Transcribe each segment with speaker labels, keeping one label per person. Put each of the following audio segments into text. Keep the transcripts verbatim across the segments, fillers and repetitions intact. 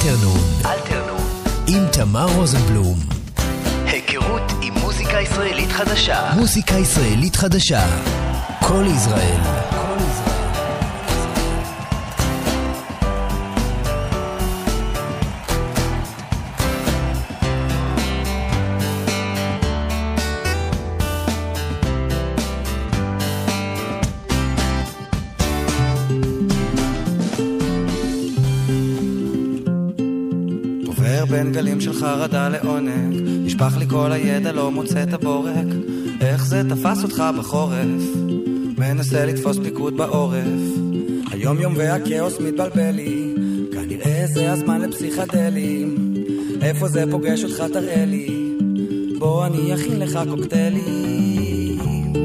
Speaker 1: אלתרנון. אלתרנון. עם תמר רוזנבלום. היכרות עם מוזיקה ישראלית חדשה. מוזיקה ישראלית חדשה. כל ישראל. כל ישראל.
Speaker 2: בין גלים של חרדה לעונג, נשפך לי כל הידע, לא מוצא את הבורק. איך זה תפס אותך בחורף? מנסה לתפוס פיקוד בעורף. היום יום והכאוס מתבלבל לי, כנראה זה הזמן לפסיכדלים. איפה זה פוגש אותך תראה לי, בוא אני אכין לך קוקטיילים.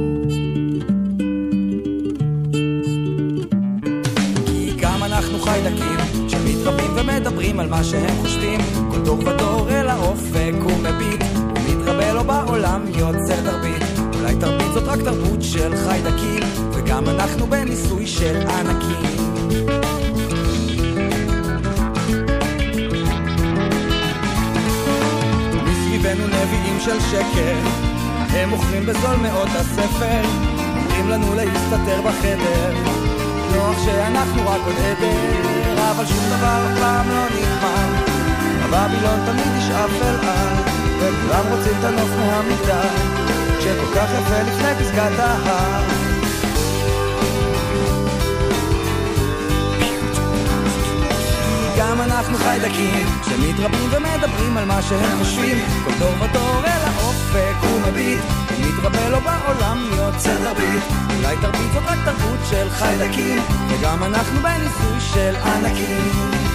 Speaker 2: כי גם אנחנו חיידקים שמתרבים ומדברים על מה שהם חושבים. כל דור ודור אל האופק הוא מביט, הוא מתרבה לו בעולם יוצר תרבית. אולי תרבית זאת רק תרבות של חיידקים, וגם אנחנו בניסוי של ענקים. מסביבנו נביאים של שקר, הם מוכרים בזול מאוד הספר, אומרים לנו להסתתר בחדר, נוח שאנחנו רק עוד עדר, אבל שום דבר אף פעם לא נגמר. הבבילון תמיד ישאף אל על, וכולם רוצים את הנוף מהמיטה, שכל כך יפה לפני פסגת ההר. גם אנחנו חיידקים שמתרבים ומדברים על מה שהם חושבים. כל דור ודור אל האופק הוא מביט, הוא מתרבה לו בעולם יוצר תרבית. אולי תרבית זאת רק תרבות של חיידקים, וגם אנחנו בניסוי של ענקים.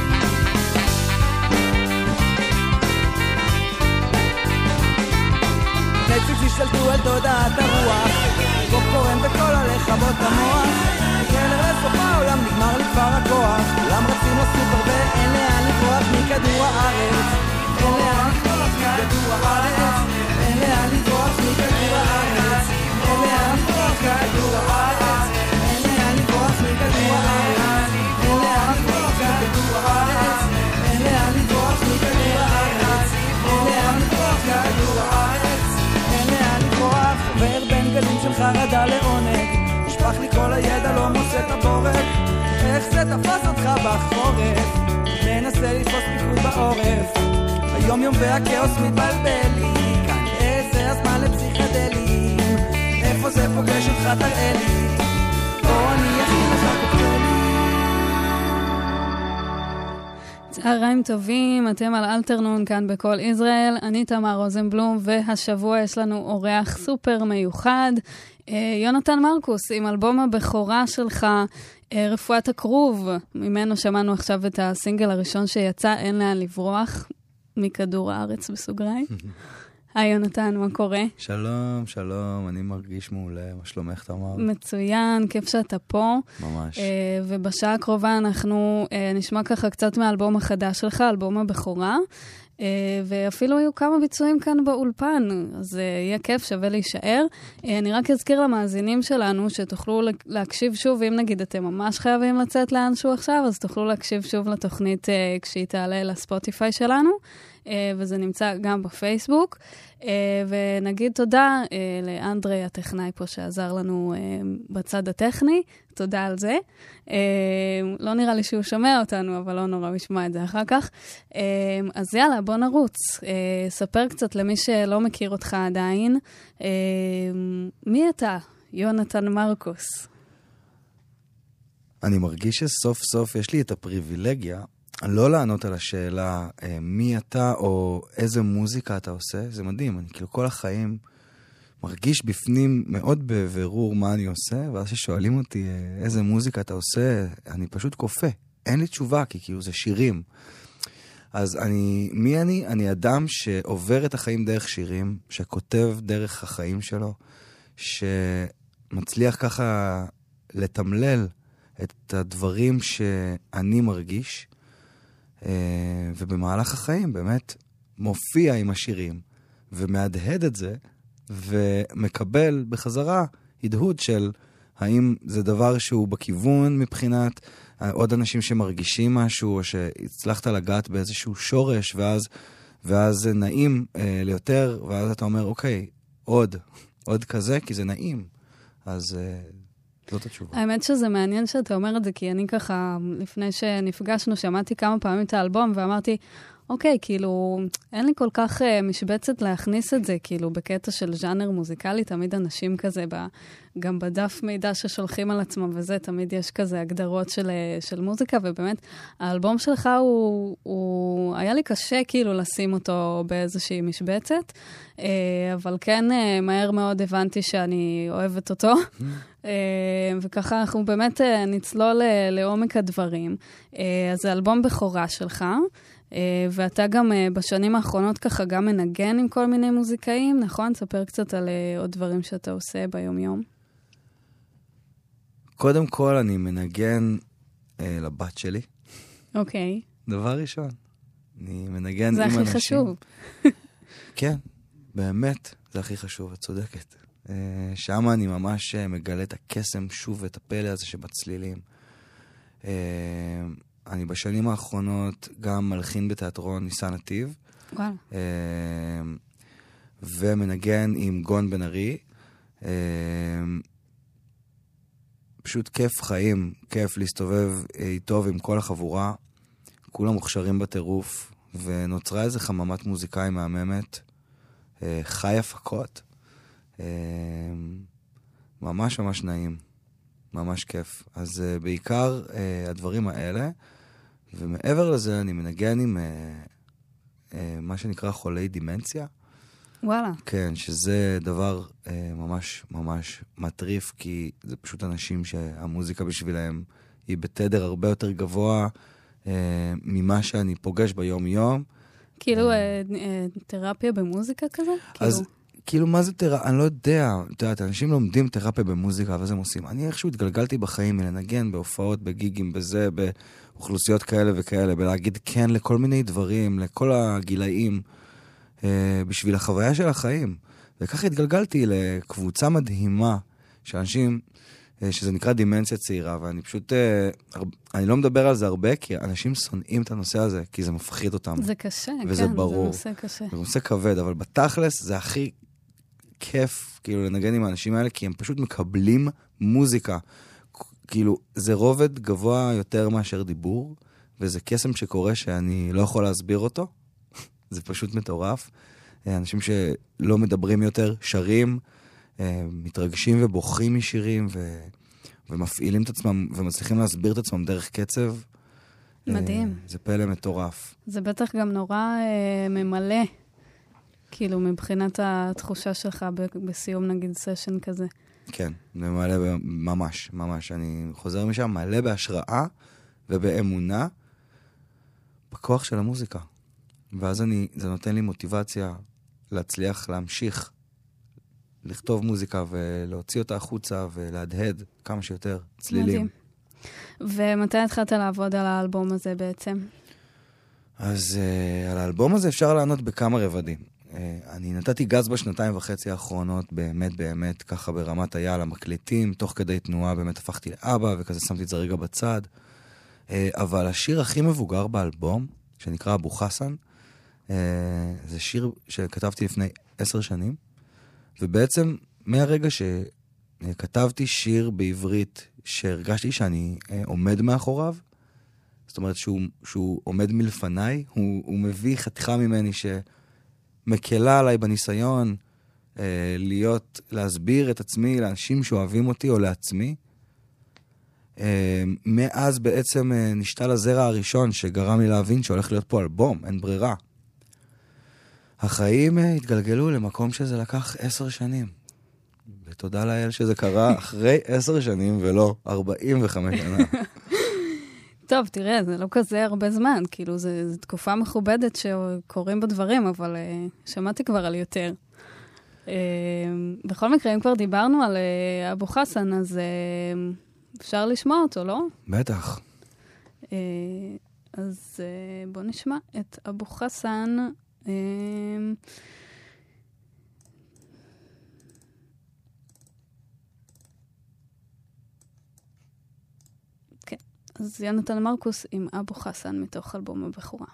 Speaker 2: נטפליקס השתלטו על תודעת הרוח, פופקורן וכל הלחבות המוח. גלר לסוף העולם נגמר לי כבר הכוח, כולם רצים לסופר ואין לאן לברוח מכדור הארץ. אין לאן לברוח מכדור הארץ, אין לאן לברוח מכדור הארץ, אין לאן לברוח מכדור הארץ, אין לאן לברוח מכדור הארץ, אין לאן לברוח מכדור הארץ, אין לאן לברוח מכדור הארץ, אין לאן לברוח מכדור הארץ, אין לאן לברוח. עובר בין גלים של חרדה לעונג, נשפך לי כל הידע, לא מוצא את הבורק. איך זה תפס אותך בחורף? מנסה לתפוס פיקוד בעורף. היום יום והכאוס מתבלבל לי, כנראה זה הזמן לפסיכדלים. איפה זה פוגש אותך תראה לי, בוא אני אכין לך קוקטיילים.
Speaker 3: צהריים טובים, אתם על אלתרנון כאן בכל ישראל. אני תמר רוזנבלום, והשבוע יש לנו אורח סופר מיוחד, יונתן מרקוס, עם אלבום הבכורה שלך, רפואת הכרוב. ממנו שמענו עכשיו את הסינגל הראשון שיצא, אין לאן לברוח, מכדור הארץ בסוגריים. היי יונתן, מה קורה?
Speaker 2: שלום, שלום, אני מרגיש מעולה, מה שלומך תמר?
Speaker 3: מצוין, כיף שאתה פה.
Speaker 2: ממש.
Speaker 3: ובשעה הקרובה אנחנו נשמע ככה קצת מהאלבום החדש שלך, אלבום הבכורה. Uh, ואפילו היו כמה ביצועים כאן באולפן, אז uh, יהיה כיף, שווה להישאר. Uh, אני רק אזכיר למאזינים שלנו שתוכלו להקשיב שוב, אם נגיד אתם ממש חייבים לצאת לאנשהו עכשיו, אז תוכלו להקשיב שוב לתוכנית uh, כשהיא תעלה לספוטיפיי שלנו, uh, וזה נמצא גם בפייסבוק. Uh, ונגיד תודה uh, לאנדרי הטכנאי פה שעזר לנו uh, בצד הטכני, תודה על זה. Uh, לא נראה לי שהוא שומע אותנו, אבל לא נורא לשמוע את זה אחר כך. Uh, אז יאללה, בוא נרוץ. Uh, ספר קצת למי שלא מכיר אותך עדיין. Uh, מי אתה, יונתן מרקוס?
Speaker 2: אני מרגיש שסוף סוף יש לי את הפריבילגיה לא לענות על השאלה מי אתה או איזה מוזיקה אתה עושה. זה מדהים, אני כאילו כל החיים מרגיש בפנים מאוד בבירור מה אני עושה, ואז ששואלים אותי איזה מוזיקה אתה עושה, אני פשוט קופה. אין לי תשובה, כי כאילו זה שירים. אז אני, מי אני? אני אדם שעובר את החיים דרך שירים, שכותב דרך החיים שלו, שמצליח ככה לתמלל את הדברים שאני מרגיש, ובמהלך החיים באמת מופיע עם השירים, ומהדהד את זה, ומקבל בחזרה הדהוד של האם זה דבר שהוא בכיוון מבחינת
Speaker 4: עוד אנשים שמרגישים משהו, או שהצלחת לגעת באיזשהו שורש, ואז, ואז זה נעים אה, ליותר, ואז אתה אומר, אוקיי, עוד, עוד כזה, כי זה נעים. אז אה, זאת התשובה.
Speaker 3: האמת שזה מעניין שאתה אומר את זה, כי אני ככה, לפני שנפגשנו, שמעתי כמה פעמים את האלבום, ואמרתי, אוקיי, כאילו, אין לי כל כך uh, משבצת להכניס את זה, כאילו, בקטע של ז'אנר מוזיקלי, תמיד אנשים כזה, ב, גם בדף מידע ששולחים על עצמם וזה, תמיד יש כזה הגדרות של, של מוזיקה, ובאמת, האלבום שלך הוא, הוא, היה לי קשה כאילו לשים אותו באיזושהי משבצת, uh, אבל כן, uh, מהר מאוד הבנתי שאני אוהבת אותו, uh, וככה אנחנו באמת uh, נצלול uh, לעומק הדברים. Uh, אז זה אלבום בכורה שלך, Uh, ואתה גם uh, בשנים האחרונות ככה גם מנגן עם כל מיני מוזיקאים, נכון? תספר קצת על uh, עוד דברים שאתה עושה ביום-יום.
Speaker 4: קודם כל אני מנגן uh, לבת שלי.
Speaker 3: אוקיי. Okay.
Speaker 4: דבר ראשון. אני מנגן עם אנשים.
Speaker 3: זה הכי חשוב.
Speaker 4: כן, באמת, זה הכי חשוב, את צודקת. Uh, שם אני ממש uh, מגלה את הקסם שוב ואת הפלא הזה שבצלילים. Uh, אני בשנים האחרונות גם מלחין בתיאטרון ניסן נתיב.
Speaker 3: וואו.
Speaker 4: ומנגן עם גון בן ארי. פשוט כיף חיים, כיף להסתובב איתו ועם כל החבורה. כולם מוכשרים בטירוף, ונוצרה איזו חממת מוזיקאי מהממת. חי הפקות. ממש ממש נעים. ממש כיף. אז uh, בעיקר uh, הדברים האלה, ומעבר לזה אני מנגן עם uh, uh, מה שנקרא חולי דימנציה.
Speaker 3: וואלה.
Speaker 4: כן, שזה דבר uh, ממש ממש מטריף, כי זה פשוט אנשים שהמוזיקה בשבילהם היא בתדר הרבה יותר גבוה uh, ממה שאני פוגש ביום יום.
Speaker 3: כאילו uh, uh, תרפיה במוזיקה כזה?
Speaker 4: אז...
Speaker 3: כאילו...
Speaker 4: כאילו, מה זה תרפיה? אני לא יודע. אתה יודעת, אנשים לומדים תרפיה במוזיקה, וזה הם עושים. אני איכשהו התגלגלתי בחיים מלנגן, בהופעות, בגיגים, בזה, באוכלוסיות כאלה וכאלה, בלהגיד כן לכל מיני דברים, לכל הגילאים, אה, בשביל החוויה של החיים. וככה התגלגלתי לקבוצה מדהימה של אנשים, אה, שזה נקרא דימנציה צעירה, ואני פשוט, אה, אני לא מדבר על זה הרבה, כי אנשים שונאים את הנושא הזה, כי זה מפחיד אותם.
Speaker 3: זה קשה,
Speaker 4: וזה
Speaker 3: כן,
Speaker 4: ברור.
Speaker 3: זה נושא קשה.
Speaker 4: זה נושא כבד, אבל בתכלס זה הכי... כיף, כאילו, לנגן עם האנשים האלה, כי הם פשוט מקבלים מוזיקה. כאילו, זה רובד גבוה יותר מאשר דיבור, וזה קסם שקורה שאני לא יכול להסביר אותו. זה פשוט מטורף. אנשים שלא מדברים יותר, שרים, מתרגשים ובוכים משירים, ו... ומפעילים את עצמם, ומצליחים להסביר את עצמם דרך קצב.
Speaker 3: מדהים.
Speaker 4: זה פלא מטורף.
Speaker 3: זה בטח גם נורא אה, ממלא. כאילו, מבחינת התחושה שלך בסיום, נגיד, סשן כזה.
Speaker 4: כן, זה מלא ממש, ממש. אני חוזר משם מלא בהשראה ובאמונה בכוח של המוזיקה. ואז אני, זה נותן לי מוטיבציה להצליח להמשיך לכתוב מוזיקה ולהוציא אותה החוצה ולהדהד כמה שיותר צלילים.
Speaker 3: מדהים. ומתי התחלת לעבוד על האלבום הזה בעצם?
Speaker 4: אז uh, על האלבום הזה אפשר לענות בכמה רבדים. אני נתתי גז בשנתיים וחצי האחרונות, באמת באמת, ככה ברמת היה למקלטים, תוך כדי תנועה באמת הפכתי לאבא, וכזה שמתי את זה רגע בצד. אבל השיר הכי מבוגר באלבום, שנקרא אבו חסן, זה שיר שכתבתי לפני עשר שנים, ובעצם מהרגע שכתבתי שיר בעברית, שהרגשתי שאני עומד מאחוריו, זאת אומרת שהוא, שהוא עומד מלפניי, הוא, הוא מביא חתיכה ממני ש... מקלה עליי בניסיון אה, להיות, להסביר את עצמי לאנשים שאוהבים אותי או לעצמי. אה, מאז בעצם אה, נשתל הזרע הראשון שגרם לי להבין שהולך להיות פה אלבום, אין ברירה. החיים אה, התגלגלו למקום שזה לקח עשר שנים. ותודה לאל שזה קרה אחרי עשר שנים ולא ארבעים וחמש שנה.
Speaker 3: טוב, תראה, זה לא כזה הרבה זמן, כאילו, זו תקופה מכובדת שקורים בדברים, אבל uh, שמעתי כבר על יותר. Uh, בכל מקרה, אם כבר דיברנו על uh, אבו חסן, אז uh, אפשר לשמוע אותו, לא?
Speaker 4: בטח.
Speaker 3: Uh, אז uh, בוא נשמע את אבו חסן. Uh, אז יונתן מרקוס עם אבו חסן מתוך אלבום הבכורה.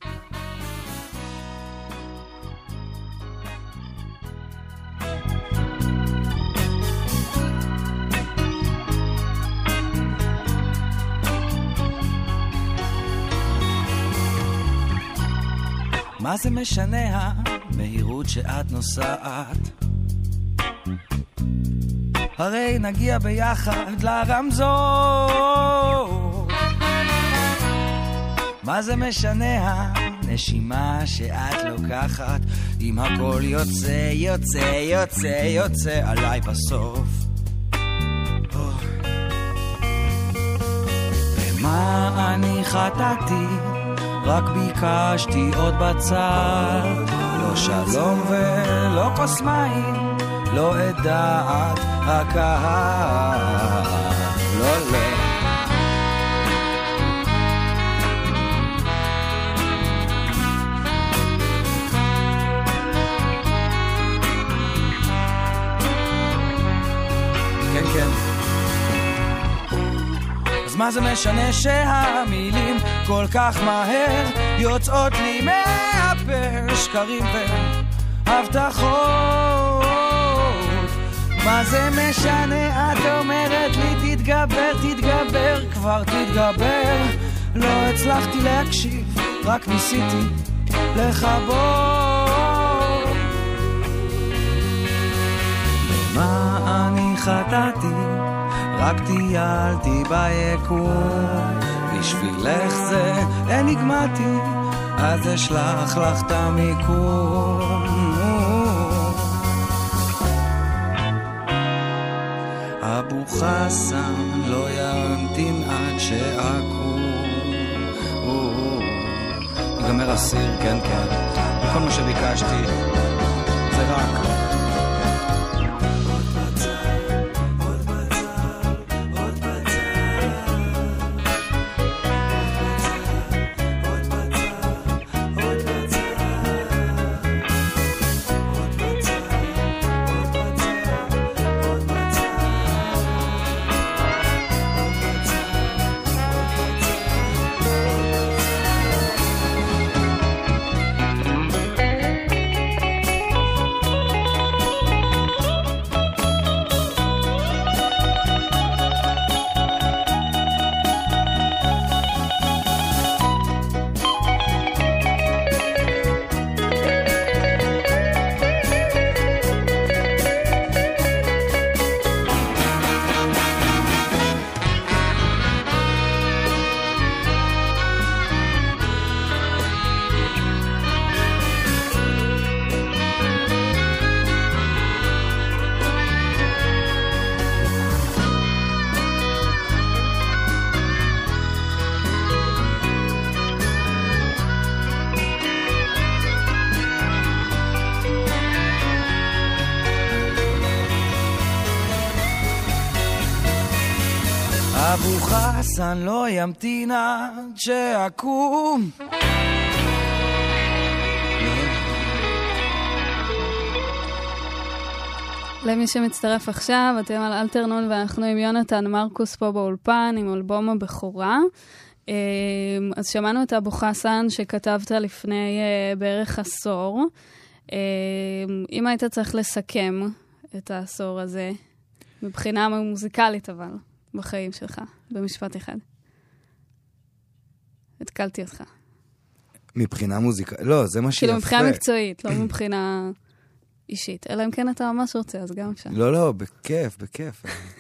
Speaker 2: מה זה משנה המהירות שאת נוסעת? הרי נגיע ביחד לרמזור. מה זה משנה הנשימה שאת לוקחת? אם הכל יוצא, יוצא, יוצא, יוצא עליי בסוף. ומה אני חטאתי? רק ביקשתי עוד בצד, לא שלום ולא כוס מים, לא עדת הקהל, לא לא. כן כן. אז מה זה משנה שהמילים כל כך מהר יוצאות לי מהפה, שקרים והבטחות? מה זה משנה? את אומרת לי תתגבר, תתגבר, כבר תתגבר. לא הצלחתי להקשיב, רק ניסיתי לחבור. מה אני חטאתי? רק טיילתי ביקום, בשבילך זה אניגמטי, אז אשלח לך את המיקום. אבו חסן לא ימתין עד שאקום. ייגמר הסיר, כן כן, וכל מה שביקשתי זה רק אבו חסן לא ימתין עד שאקום.
Speaker 3: למי שמצטרף עכשיו, אתם על אלתרנון ואנחנו עם יונתן מרקוס פה באולפן עם אלבום הבכורה. אז שמענו את אבו חסן שכתבת לפני בערך עשור. אם היית צריך לסכם את העשור הזה, מבחינה מוזיקלית אבל, בחיים שלך, במשפט אחד. התקלתי אותך.
Speaker 4: מבחינה מוזיקה, לא, זה מה שיפה.
Speaker 3: כאילו מבחינה מקצועית, לא מבחינה אישית. אלא אם כן אתה ממש רוצה, אז גם אפשר.
Speaker 4: לא, לא, בכיף, בכיף.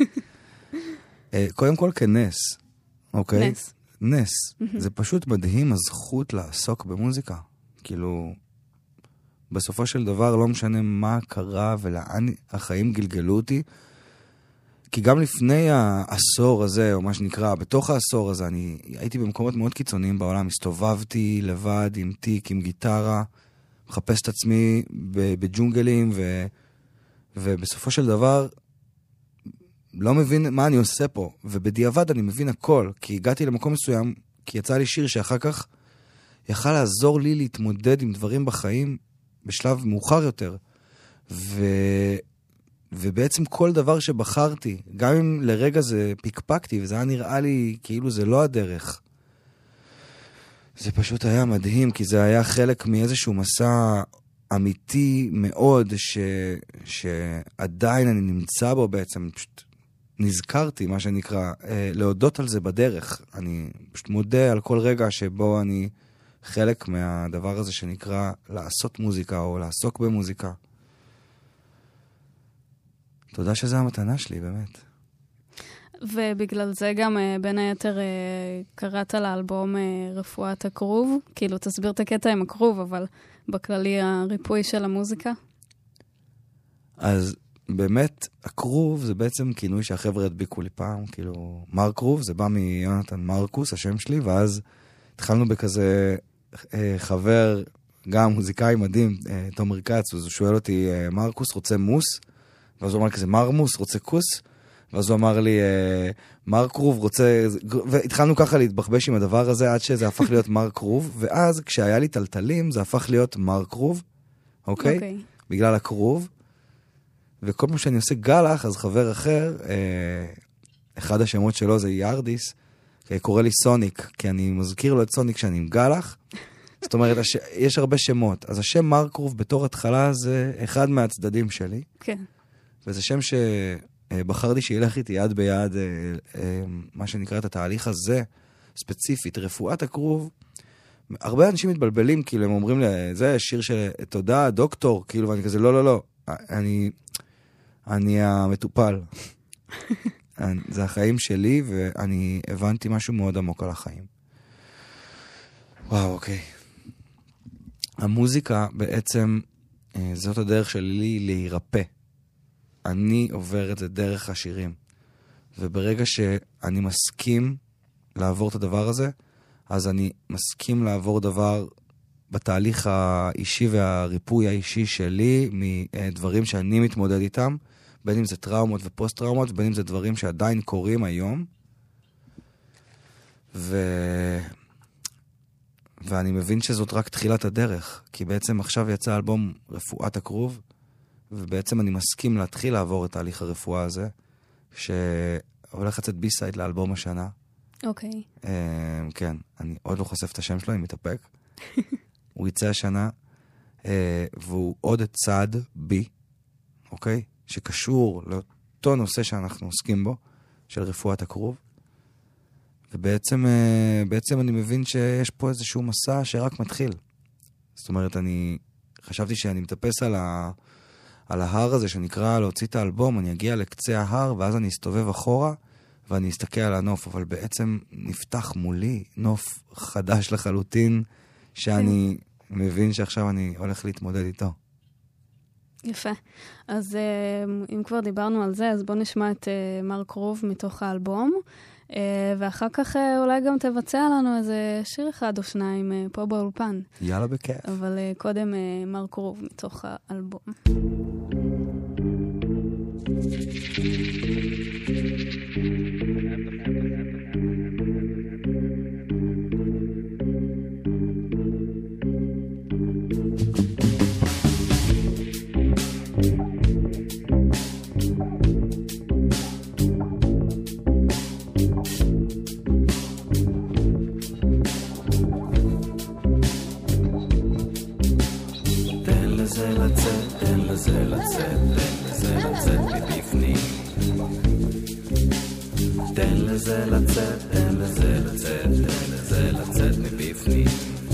Speaker 4: קודם כל כנס, אוקיי?
Speaker 3: נס.
Speaker 4: נס. זה פשוט מדהים הזכות לעסוק במוזיקה. כאילו, בסופו של דבר לא משנה מה קרה ולאן החיים גלגלו אותי, כי גם לפני העשור הזה, או מה שנקרא, בתוך העשור הזה, אני הייתי במקומות מאוד קיצוניים בעולם, הסתובבתי לבד עם תיק, עם גיטרה, מחפש את עצמי בג'ונגלים, ו... ובסופו של דבר, לא מבין מה אני עושה פה, ובדיעבד אני מבין הכל, כי הגעתי למקום מסוים, כי יצא לי שיר שאחר כך יכל לעזור לי להתמודד עם דברים בחיים, בשלב מאוחר יותר, ו... ובעצם כל דבר שבחרתי, גם אם לרגע זה פיקפקתי, וזה היה נראה לי כאילו זה לא הדרך, זה פשוט היה מדהים, כי זה היה חלק מאיזשהו מסע אמיתי מאוד, ש... שעדיין אני נמצא בו בעצם, פשוט נזכרתי, מה שנקרא, להודות על זה בדרך. אני פשוט מודה על כל רגע שבו אני חלק מהדבר הזה שנקרא לעשות מוזיקה, או לעסוק במוזיקה. תודה שזה המתנה שלי, באמת.
Speaker 3: ובגלל זה גם בין היתר קראת לאלבום רפואת הכרוב, כאילו תסביר את הקטע עם הכרוב, אבל בכללי הריפוי של המוזיקה.
Speaker 4: אז באמת, הכרוב זה בעצם כינוי שהחבר'ה הדביקו לי פעם, כאילו מר כרוב, זה בא מיונתן מרקוס, השם שלי, ואז התחלנו בכזה חבר, גם מוזיקאי מדהים, תומר קץ, אז הוא שואל אותי, מרקוס רוצה מוס? ואז הוא אמר כזה, מרמוס רוצה כוס? ואז הוא אמר לי, מר כרוב רוצה, והתחלנו ככה להתבחבש עם הדבר הזה, עד שזה הפך להיות מר כרוב, ואז כשהיה לי טלטלים, זה הפך להיות מר כרוב, אוקיי? אוקיי. בגלל הכרוב, וכל פעם שאני עושה גלח, אז חבר אחר, אחד השמות שלו זה ירדיס, קורא לי סוניק, כי אני מזכיר לו את סוניק שאני עם גלח, זאת אומרת, יש הרבה שמות, אז השם מר כרוב בתור התחלה זה אחד מהצדדים שלי,
Speaker 3: כן.
Speaker 4: וזה שם ש... בחרתי שילך איתי יד ביד, מה שנקרא את התהליך הזה, ספציפית, רפואת הכרוב. הרבה אנשים מתבלבלים, כאילו הם אומרים לי, זה שיר של תודה, דוקטור, כאילו, ואני כזה, לא, לא, לא, אני, אני המטופל. זה החיים שלי, ואני הבנתי משהו מאוד עמוק על החיים. וואו, אוקיי. המוזיקה בעצם, זאת הדרך שלי להירפא. אני עובר את זה דרך השירים. וברגע שאני מסכים לעבור את הדבר הזה, אז אני מסכים לעבור דבר בתהליך האישי והריפוי האישי שלי, מדברים שאני מתמודד איתם, בין אם זה טראומות ופוסט-טראומות, בין אם זה דברים שעדיין קורים היום. ו... ואני מבין שזאת רק תחילת הדרך, כי בעצם עכשיו יצא אלבום רפואת הכרוב, ובעצם אני מסכים להתחיל לעבור את תהליך הרפואה הזה, שהולך לצאת בי-סייד לאלבום השנה.
Speaker 3: אוקיי.
Speaker 4: Okay. Um, כן, אני עוד לא חושף את השם שלו, אני מתאפק. הוא יצא השנה, uh, והוא עוד צד בי, אוקיי? Okay? שקשור לאותו נושא שאנחנו עוסקים בו, של רפואת הכרוב. ובעצם uh, בעצם אני מבין שיש פה איזשהו מסע שרק מתחיל. זאת אומרת, אני חשבתי שאני מטפס על ה... על ההר הזה שנקרא להוציא את האלבום, אני אגיע לקצה ההר, ואז אני אסתובב אחורה, ואני אסתכל על הנוף, אבל בעצם נפתח מולי נוף חדש לחלוטין, שאני מבין שעכשיו אני הולך להתמודד איתו.
Speaker 3: יפה. אז אם כבר דיברנו על זה, אז בוא נשמע את מר כרוב מתוך האלבום, ואחר כך אולי גם תבצע לנו איזה שיר אחד או שניים פה באולפן.
Speaker 4: יאללה בכיף.
Speaker 3: אבל קודם מר כרוב מתוך האלבום.
Speaker 2: לזה לצאת, תן לזה לצאת מבפנים. תן לזה לצאת, תן לזה לצאת, תן לזה לצאת מבפנים.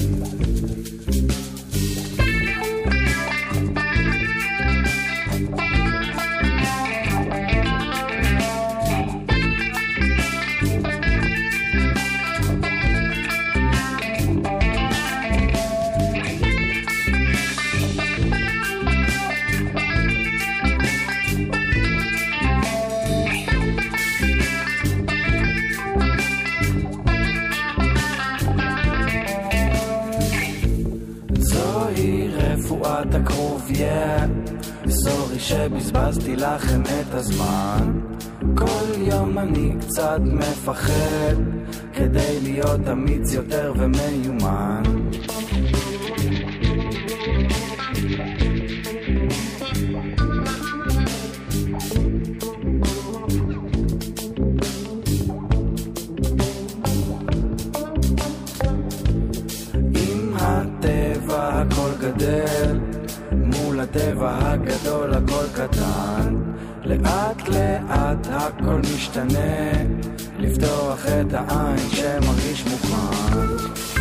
Speaker 2: סורי שבזבזתי לכם את הזמן, כל יום אני קצת מפחד כדי להיות אמיץ יותר ומיומן. לטבע הגדול הכל קטן, לאט לאט הכל משתנה, לפתוח את העין שמרגיש מוכן.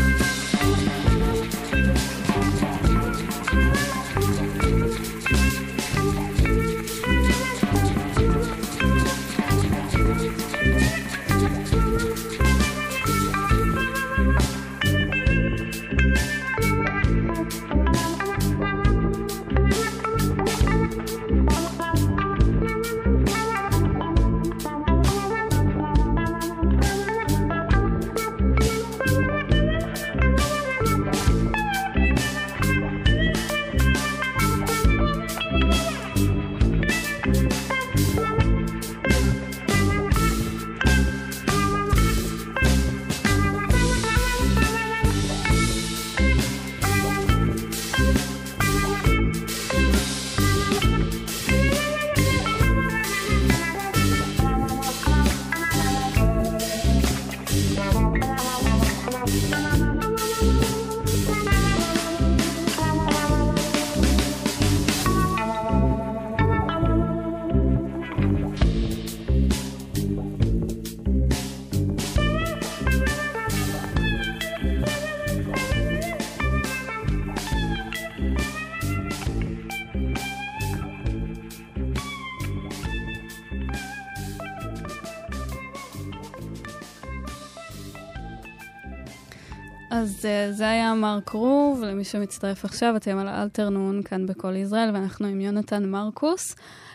Speaker 3: אז זה היה מרק רוב, למי שמצטרף עכשיו, אתם על האלתרנון כאן בכל ישראל, ואנחנו עם יונתן מרקוס.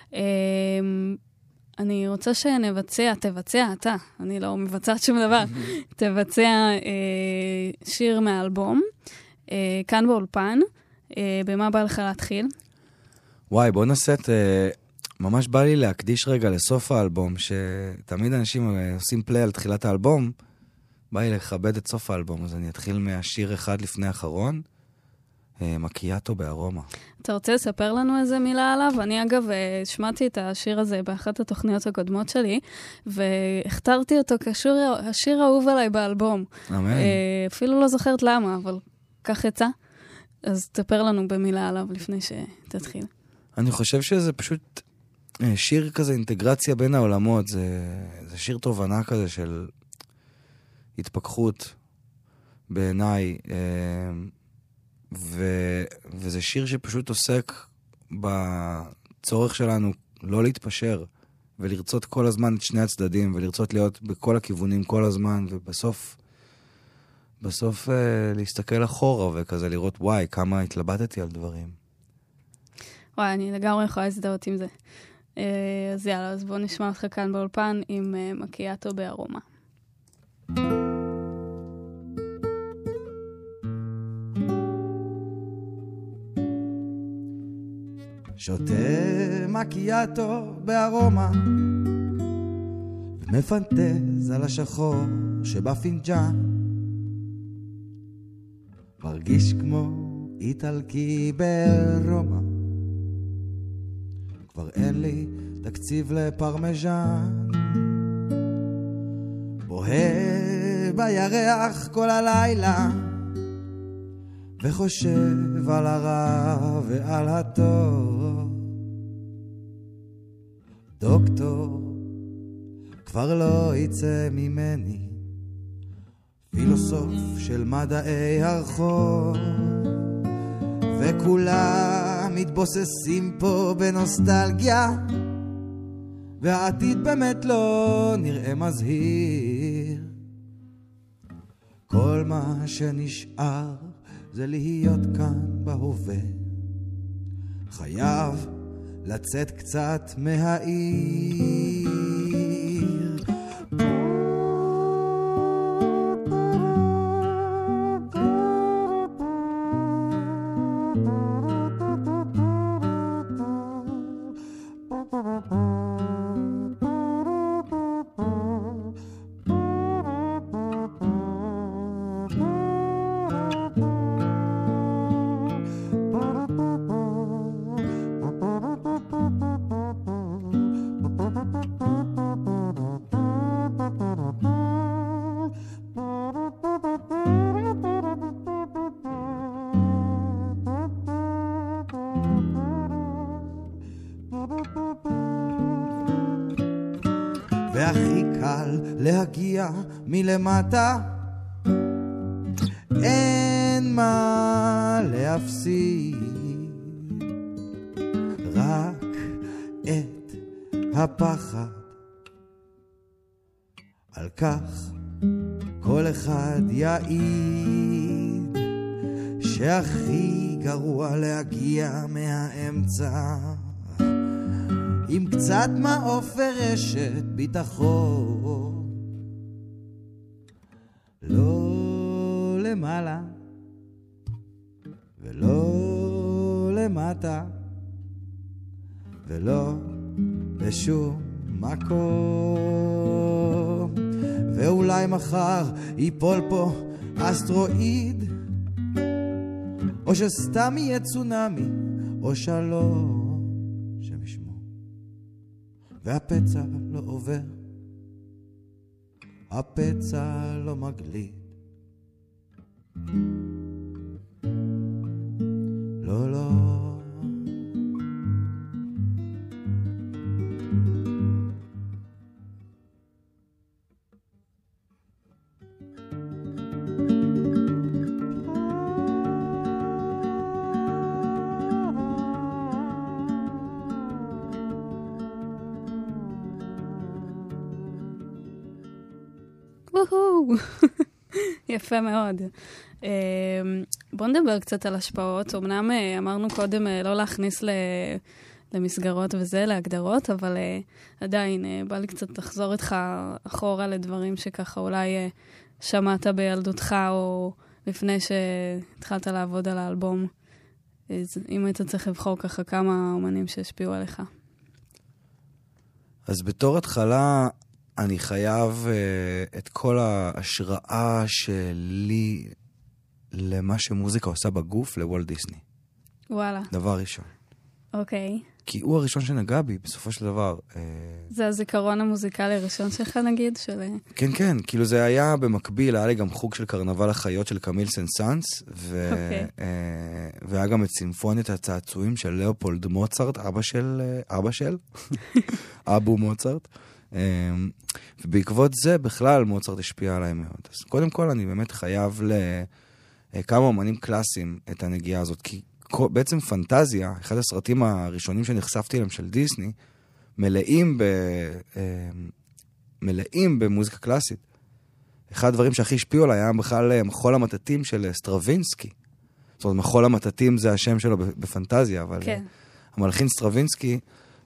Speaker 3: אני רוצה שנבצע, תבצע אתה, אני לא מבצעת שום דבר, תבצע שיר מהאלבום, כאן באולפן. במה בא לך להתחיל?
Speaker 4: וואי, בוא נעשה את... ממש בא לי להקדיש רגע לסוף האלבום, שתמיד אנשים עושים פליי על תחילת האלבום, בא לי לכבד את סוף האלבום, אז אני אתחיל מהשיר אחד לפני האחרון, מקיאטו בארומה. אתה
Speaker 3: רוצה לספר לנו איזה מילה עליו? אני אגב שמעתי את השיר הזה באחת התוכניות הקודמות שלי, והכתרתי אותו כשיר האהוב עליי באלבום.
Speaker 4: אמן.
Speaker 3: אפילו לא זוכרת למה, אבל כך יצא. אז תספר לנו במילה עליו לפני שתתחיל.
Speaker 4: אני חושב שזה פשוט שיר כזה, אינטגרציה בין העולמות, זה, זה שיר תובנה כזה של התפכחות בעיניי, ו, וזה שיר שפשוט עוסק בצורך שלנו לא להתפשר, ולרצות כל הזמן את שני הצדדים, ולרצות להיות בכל הכיוונים כל הזמן, ובסוף בסוף להסתכל אחורה וכזה לראות וואי, כמה התלבטתי על דברים.
Speaker 3: וואי, אני לגמרי יכולה להזדהות עם זה. אז יאללה, אז בואו נשמע אותך כאן באולפן עם מקיאטו בארומה.
Speaker 2: שותה מקיאטו בארומה, ומפנטז על השחור שבפינג'אן, מרגיש כמו איטלקי ברומא, כבר אין לי תקציב לפרמז'ן, בוהה בירח כל הלילה, וחושב על הרע ועל הטוב. דוקטור, כבר לא יצא ממני, פילוסוף של מדעי הרחוב, וכולם מתבוססים פה בנוסטלגיה, והעתיד באמת לא נראה מזהיר. כל מה שנשאר זה להיות כאן בהווה, חייב לצאת קצת מהעיר.
Speaker 4: והכי קל להגיע מלמטה, אין מה להפסיד, רק את הפחד. על כך כל אחד יעיד שהכי גרוע להגיע מהאמצע, עם קצת מעוף ורשת ביטחון, לא למעלה ולא למטה ולא בשום מקום. ואולי מחר ייפול פה אסטרואיד, או שסתם יהיה צונאמי, או שלום שמשמו, והפצע לא עובר, הפצע לא מגליד, לא לא.
Speaker 3: יפה מאוד. בואו נדבר קצת על השפעות. אמנם אמרנו קודם לא להכניס למסגרות וזה, להגדרות, אבל עדיין בא לי קצת לחזור איתך אחורה לדברים שככה אולי שמעת בילדותך או לפני שהתחלת לעבוד על האלבום. אם היית צריך לבחור ככה כמה אומנים שהשפיעו עליך.
Speaker 4: אז בתור התחלה אני חייב uh, את כל ההשראה שלי למה שמוזיקה עושה בגוף לוולט דיסני.
Speaker 3: וואלה.
Speaker 4: דבר ראשון.
Speaker 3: אוקיי.
Speaker 4: כי הוא הראשון שנגע בי, בסופו של דבר. Uh...
Speaker 3: זה הזיכרון המוזיקלי הראשון שלך, נגיד? של...
Speaker 4: כן, כן. כאילו זה היה במקביל, היה לי גם חוג של קרנבל החיות של קמיל סן-סאנס, ו...
Speaker 3: אוקיי.
Speaker 4: uh, והיה גם את סימפוניית הצעצועים של לאופולד מוצרט, אבא של... Uh, אבא של? אבו מוצרט. ובעקבות זה בכלל מוצרט השפיע עליי מאוד. אז קודם כל אני באמת חייב לכמה אומנים קלאסיים את הנגיעה הזאת, כי בעצם פנטזיה, אחד הסרטים הראשונים שנחשפתי אליהם של דיסני, מלאים, ב... מלאים במוזיקה קלאסית. אחד הדברים שהכי השפיעו עליי היה בכלל מחול המטטים של סטרווינסקי. זאת אומרת, מחול המטטים זה השם שלו בפנטזיה, אבל כן. המלחין סטרווינסקי...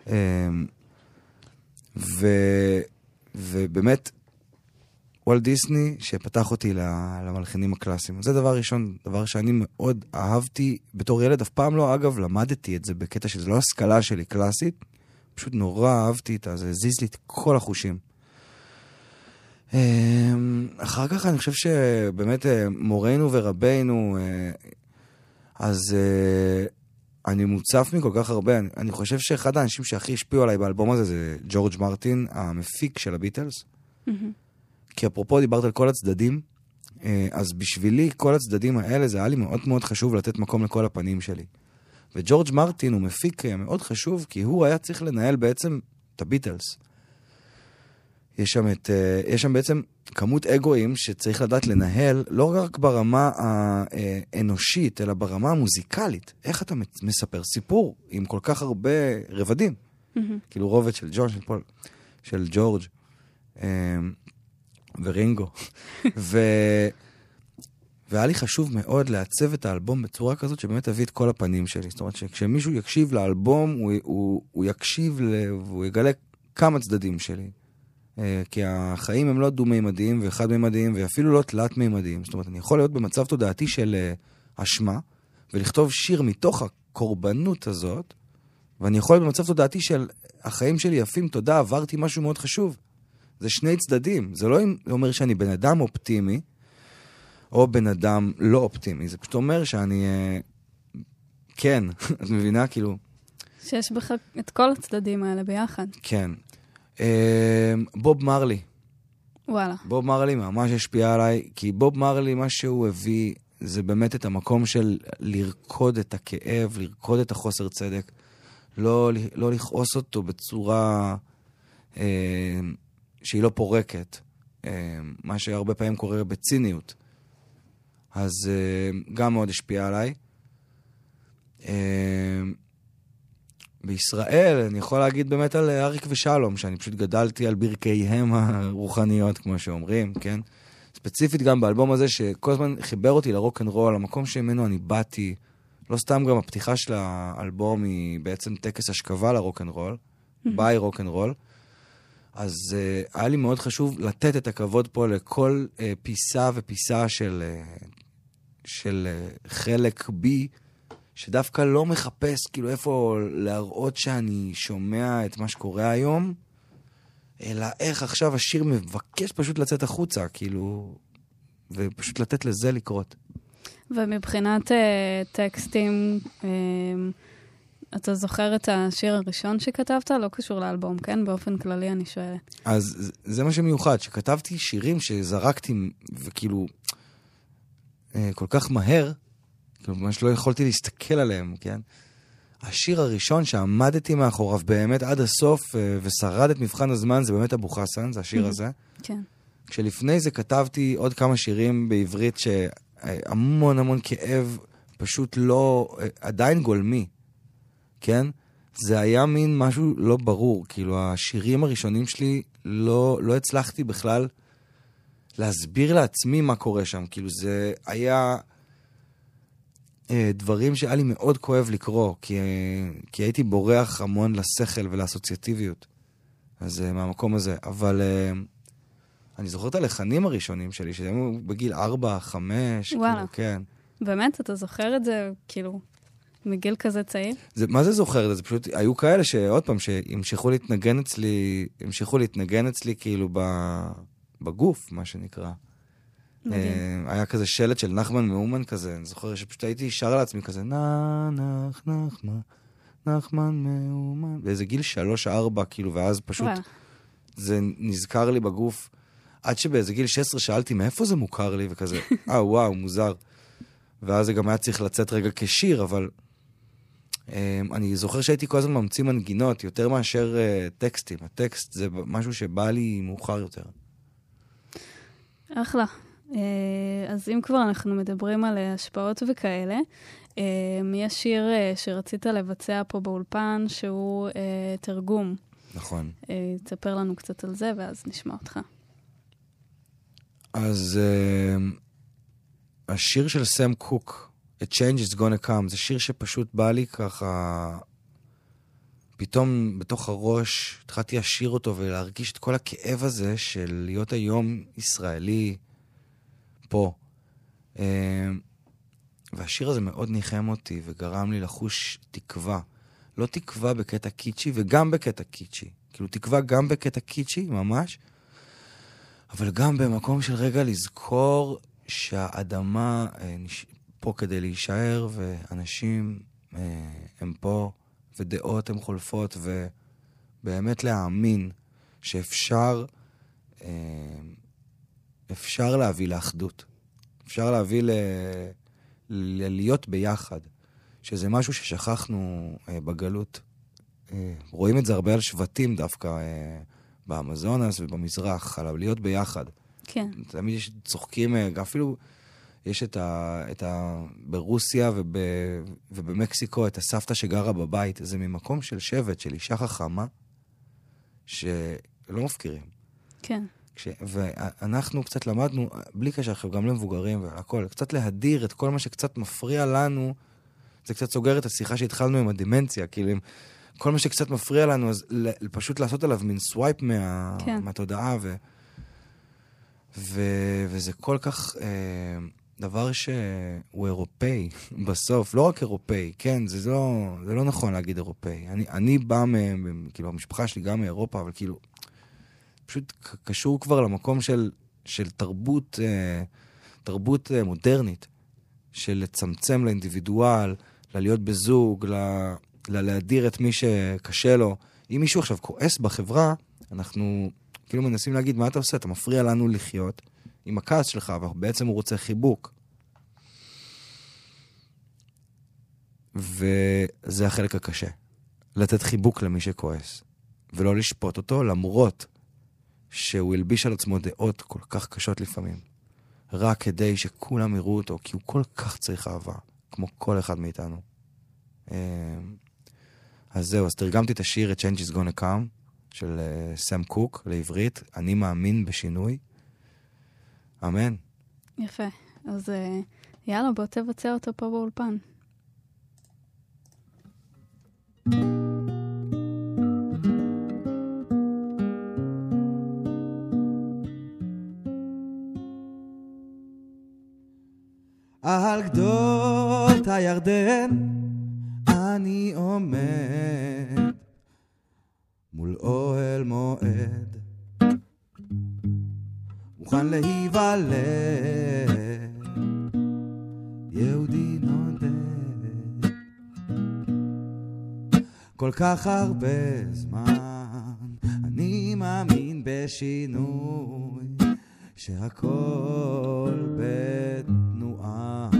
Speaker 4: ו... ובאמת, וולט דיסני שפתח אותי למלחינים הקלאסיים. זה דבר ראשון, דבר שאני מאוד אהבתי בתור ילד. אף פעם לא, אגב, למדתי את זה בקטע שזה לא השכלה שלי קלאסית. פשוט נורא אהבתי את זה, זה זיז לי את כל החושים. אחר כך אני חושב שבאמת מורנו ורבינו, אז... אני מוצף מכל כך הרבה. אני, אני חושב שאחד האנשים שהכי השפיעו עליי באלבום הזה זה ג'ורג' מרטין, המפיק של הביטלס. Mm-hmm. כי אפרופו דיברת על כל הצדדים, אז בשבילי כל הצדדים האלה זה היה לי מאוד מאוד חשוב לתת מקום לכל הפנים שלי. וג'ורג' מרטין הוא מפיק מאוד חשוב, כי הוא היה צריך לנהל בעצם את הביטלס. יש שם, את, יש שם בעצם כמות אגואים שצריך לדעת לנהל, לא רק ברמה האנושית, אלא ברמה המוזיקלית. איך אתה מספר סיפור עם כל כך הרבה רבדים? Mm-hmm. כאילו רובד של ג'ון, של פול, של ג'ורג' ורינגו. ו... והיה לי חשוב מאוד לעצב את האלבום בצורה כזאת שבאמת תביא את כל הפנים שלי. זאת אומרת שכשמישהו יקשיב לאלבום, הוא, הוא, הוא יקשיב והוא יגלה כמה צדדים שלי. כי החיים הם לא דו-מימדיים ואחד-מימדיים ואפילו לא תלת-מימדיים. זאת אומרת, אני יכול להיות במצב תודעתי של אשמה ולכתוב שיר מתוך הקורבנות הזאת, ואני יכול להיות במצב תודעתי של החיים שלי יפים, תודה, עברתי משהו מאוד חשוב. זה שני צדדים. זה לא אומר שאני בן אדם אופטימי, או בן אדם לא אופטימי. זה פשוט אומר שאני... כן, את מבינה? כאילו...
Speaker 3: שיש בך את כל הצדדים האלה ביחד.
Speaker 4: כן. בוב מרלי.
Speaker 3: וואלה.
Speaker 4: בוב מרלי ממש השפיע עליי, כי בוב מרלי, מה שהוא הביא, זה באמת את המקום של לרקוד את הכאב, לרקוד את החוסר צדק, לא, לא לכעוס אותו בצורה אה, שהיא לא פורקת, מה שהרבה פעמים קורה בציניות. אז גם מאוד השפיע עליי. בישראל, אני יכול להגיד באמת על אריק ושלום, שאני פשוט גדלתי על ברכיהם הרוחניות, כמו שאומרים, כן? ספציפית גם באלבום הזה, שכל הזמן חיבר אותי לרוק אנד רול, המקום שממנו אני באתי, לא סתם גם הפתיחה של האלבום היא בעצם טקס השכבה לרוק אנד רול, ביי רוק אנד רול. אז uh, היה לי מאוד חשוב לתת את הכבוד פה לכל uh, פיסה ופיסה של, uh, של uh, חלק בי, שדווקא לא מחפש כאילו איפה להראות שאני שומע את מה שקורה היום, אלא איך עכשיו השיר מבקש פשוט לצאת החוצה, כאילו, ופשוט לתת לזה לקרות.
Speaker 3: ומבחינת uh, טקסטים, uh, אתה זוכר את השיר הראשון שכתבת? לא קשור לאלבום, כן? באופן כללי אני שואלת.
Speaker 4: אז זה מה שמיוחד, שכתבתי שירים שזרקתי, וכאילו, כל כך מהר, כאילו, ממש לא יכולתי להסתכל עליהם, כן? השיר הראשון שעמדתי מאחוריו באמת עד הסוף, ושרד את מבחן הזמן, זה באמת אבו חסן, זה השיר הזה.
Speaker 3: כן.
Speaker 4: כשלפני זה כתבתי עוד כמה שירים בעברית, שהמון המון כאב, פשוט לא, עדיין גולמי. כן? זה היה מין משהו לא ברור. כאילו, השירים הראשונים שלי, לא, לא הצלחתי בכלל להסביר לעצמי מה קורה שם. כאילו, זה היה אה, דברים שהיה לי מאוד כואב לקרוא, כי, כי הייתי בורח המון לשכל ולאסוציאטיביות. אז אה, מהמקום הזה. אבל אה, אני זוכר את הלחנים הראשונים שלי, שהיו בגיל ארבע, חמש,
Speaker 3: וואלה.
Speaker 4: כאילו, כן.
Speaker 3: באמת? אתה זוכר את זה, כאילו... מגיל כזה צעיר?
Speaker 4: זה, מה זה זוכר? זה פשוט, היו כאלה שעוד פעם, שהמשכו להתנגן אצלי, המשכו להתנגן אצלי כאילו בגוף, מה שנקרא.
Speaker 3: מדהים.
Speaker 4: היה כזה שלט של נחמן מאומן כזה, אני זוכר שפשוט הייתי שר לעצמי כזה, נח, נח, נחמן, נחמן מאומן, באיזה גיל שלוש, ארבע, כאילו, ואז פשוט זה נזכר לי בגוף, עד שבאיזה גיל שש עשרה שאלתי, מאיפה זה מוכר לי? וכזה, אה, וואו, מוזר. ואז זה גם היה צריך לצאת רגע כשיר, אבל אני זוכר שהייתי כל הזמן ממציא מנגינות, יותר מאשר טקסטים. הטקסט זה משהו שבא לי מאוחר יותר.
Speaker 3: אחלה. אז אם כבר אנחנו מדברים על השפעות וכאלה, יש שיר שרצית לבצע פה באולפן, שהוא תרגום.
Speaker 4: נכון.
Speaker 3: תספר לנו קצת על זה, ואז נשמע אותך.
Speaker 4: אז השיר של סם קוק, A Change is Gonna Come, זה שיר שפשוט בא לי ככה, פתאום בתוך הראש התחלתי לשיר אותו ולהרגיש את כל הכאב הזה של להיות היום ישראלי פה. והשיר הזה מאוד ניחם אותי וגרם לי לחוש תקווה. לא תקווה בקטע קיצ'י וגם בקטע קיצ'י. כאילו תקווה גם בקטע קיצ'י, ממש, אבל גם במקום של רגע לזכור שהאדמה פה כדי להישאר, ואנשים הם פה, ודעות הם חולפות, ובאמת להאמין שאפשר אפשר להביא לאחדות. אפשר להביא ל... ל... להיות ביחד. שזה משהו ששכחנו בגלות. רואים את זה הרבה על שבטים דווקא, באמזונס ובמזרח, על להיות ביחד.
Speaker 3: כן.
Speaker 4: תמיד יש צוחקים, אפילו יש את ה, את ה, ברוסיה וב, ובמקסיקו את הסבתא שגרה בבית. זה ממקום של שבט, של אישה חכמה, שלא מפקירים.
Speaker 3: כן.
Speaker 4: כש, ואנחנו קצת למדנו, בלי קשר עכשיו גם למבוגרים והכל, קצת להדיר את כל מה שקצת מפריע לנו, זה קצת סוגר את השיחה שהתחלנו עם הדמנציה, כאילו עם כל מה שקצת מפריע לנו, אז פשוט לעשות עליו מין סווייפ מה, כן. מהתודעה, ו, ו, וזה כל כך אה, דבר שהוא אירופאי בסוף, לא רק אירופאי, כן, זה לא, זה לא נכון להגיד אירופאי. אני, אני בא, מ, כאילו, המשפחה שלי גם מאירופה, אבל כאילו, פשוט קשור כבר למקום של, של תרבות, אה, תרבות אה, מודרנית, של לצמצם לאינדיבידואל, ללהיות בזוג, ל... להדיר את מי שקשה לו. אם מישהו עכשיו כועס בחברה, אנחנו כאילו מנסים להגיד, מה אתה עושה? אתה מפריע לנו לחיות עם הכעס שלך, אבל בעצם הוא רוצה חיבוק. וזה החלק הקשה. לתת חיבוק למי שכועס. ולא לשפוט אותו, למרות שהוא ילביש על עצמו דעות כל כך קשות לפעמים, רק כדי שכולם יראו אותו, כי הוא כל כך צריך אהבה, כמו כל אחד מאיתנו. אז זהו, אז תרגמתי את השיר, את Change is Gonna Come, של סם קוק לעברית, אני מאמין בשינוי. אמן.
Speaker 3: יפה. אז יאללה, בוא תבצע אותו פה באולפן.
Speaker 2: על גדות הירדן אני עומד מול אוהל מועד, מוכן להיוולד, יהודי נודד. כל כך הרבה זמן אני מאמין בשינוי, שהכל בתנועה.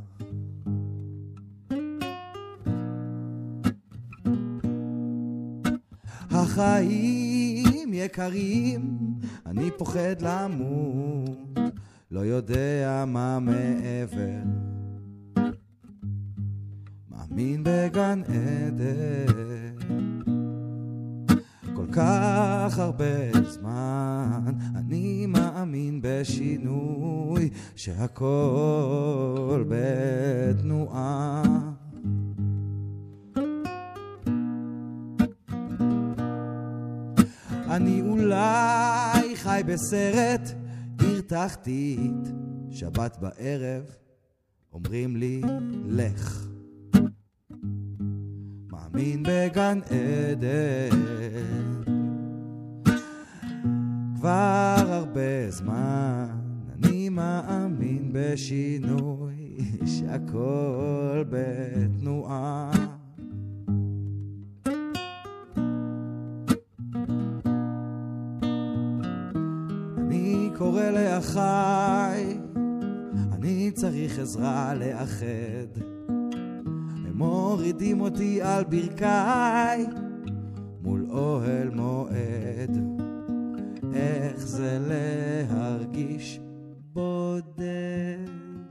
Speaker 2: החיים יקרים, אני פוחד למות, לא יודע מה מעבר, מאמין בגן עדן. כל כך הרבה זמן אני מאמין בשינוי, שהכל בתנועה. אני אולי חי בסרט עיר תחתית, שבת בערב אומרים לי לך, מאמין בגן עדן. כבר הרבה זמן אני מאמין בשינוי, שהכל בתנועה. אני קורא לאחיי, אני צריך עזרה לאחד, הם מורידים אותי על ברכיי מול אוהל מועד. איך זה להרגיש בודד,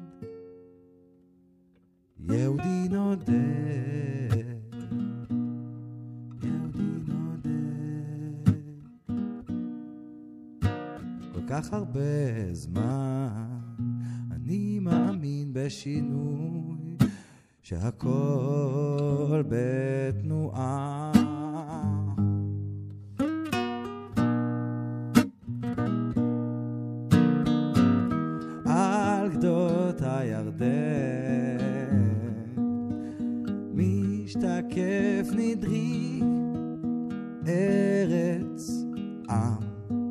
Speaker 2: יהודי נודד, יהודי נודד. כל כך הרבה זמן אני מאמין בשינוי, שהכל בתנועה. על גדות הירדן משתקף נדרי ארץ עם,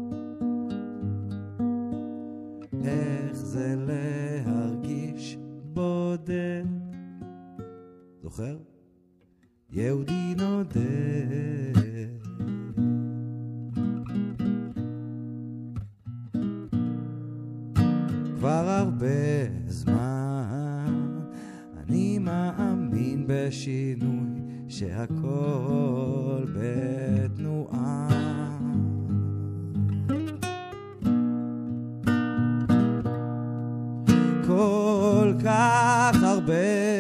Speaker 2: איך זה להרגיש בודד, זוכר? יהודי נודד. כבר הרבה זמן אני מאמין בשינוי, שהכל בתנועה. כל כך הרבה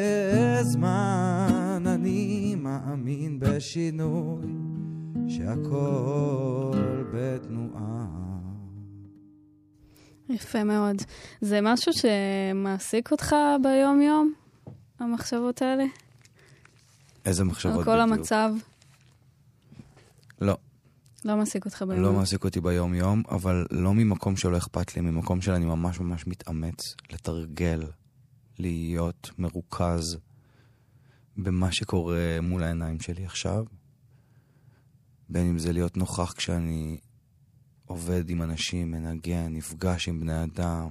Speaker 2: זמן אני מאמין בשינוי, שהכל בתנועה.
Speaker 3: יפה מאוד. זה משהו שמעסיק אותך ביום יום, המחשבות האלה?
Speaker 4: איזה מחשבות
Speaker 3: בדיוק? על כל המצב?
Speaker 4: לא.
Speaker 3: לא מעסיק אותך ביום
Speaker 4: לא
Speaker 3: יום?
Speaker 4: לא מעסיק אותי ביום יום, אבל לא ממקום שלא אכפת לי, ממקום שאני ממש ממש מתאמץ לתרגל, להיות מרוכז במה שקורה מול העיניים שלי עכשיו. בין אם זה להיות נוכח כשאני עובד עם אנשים, מנגן, נפגש עם בני אדם,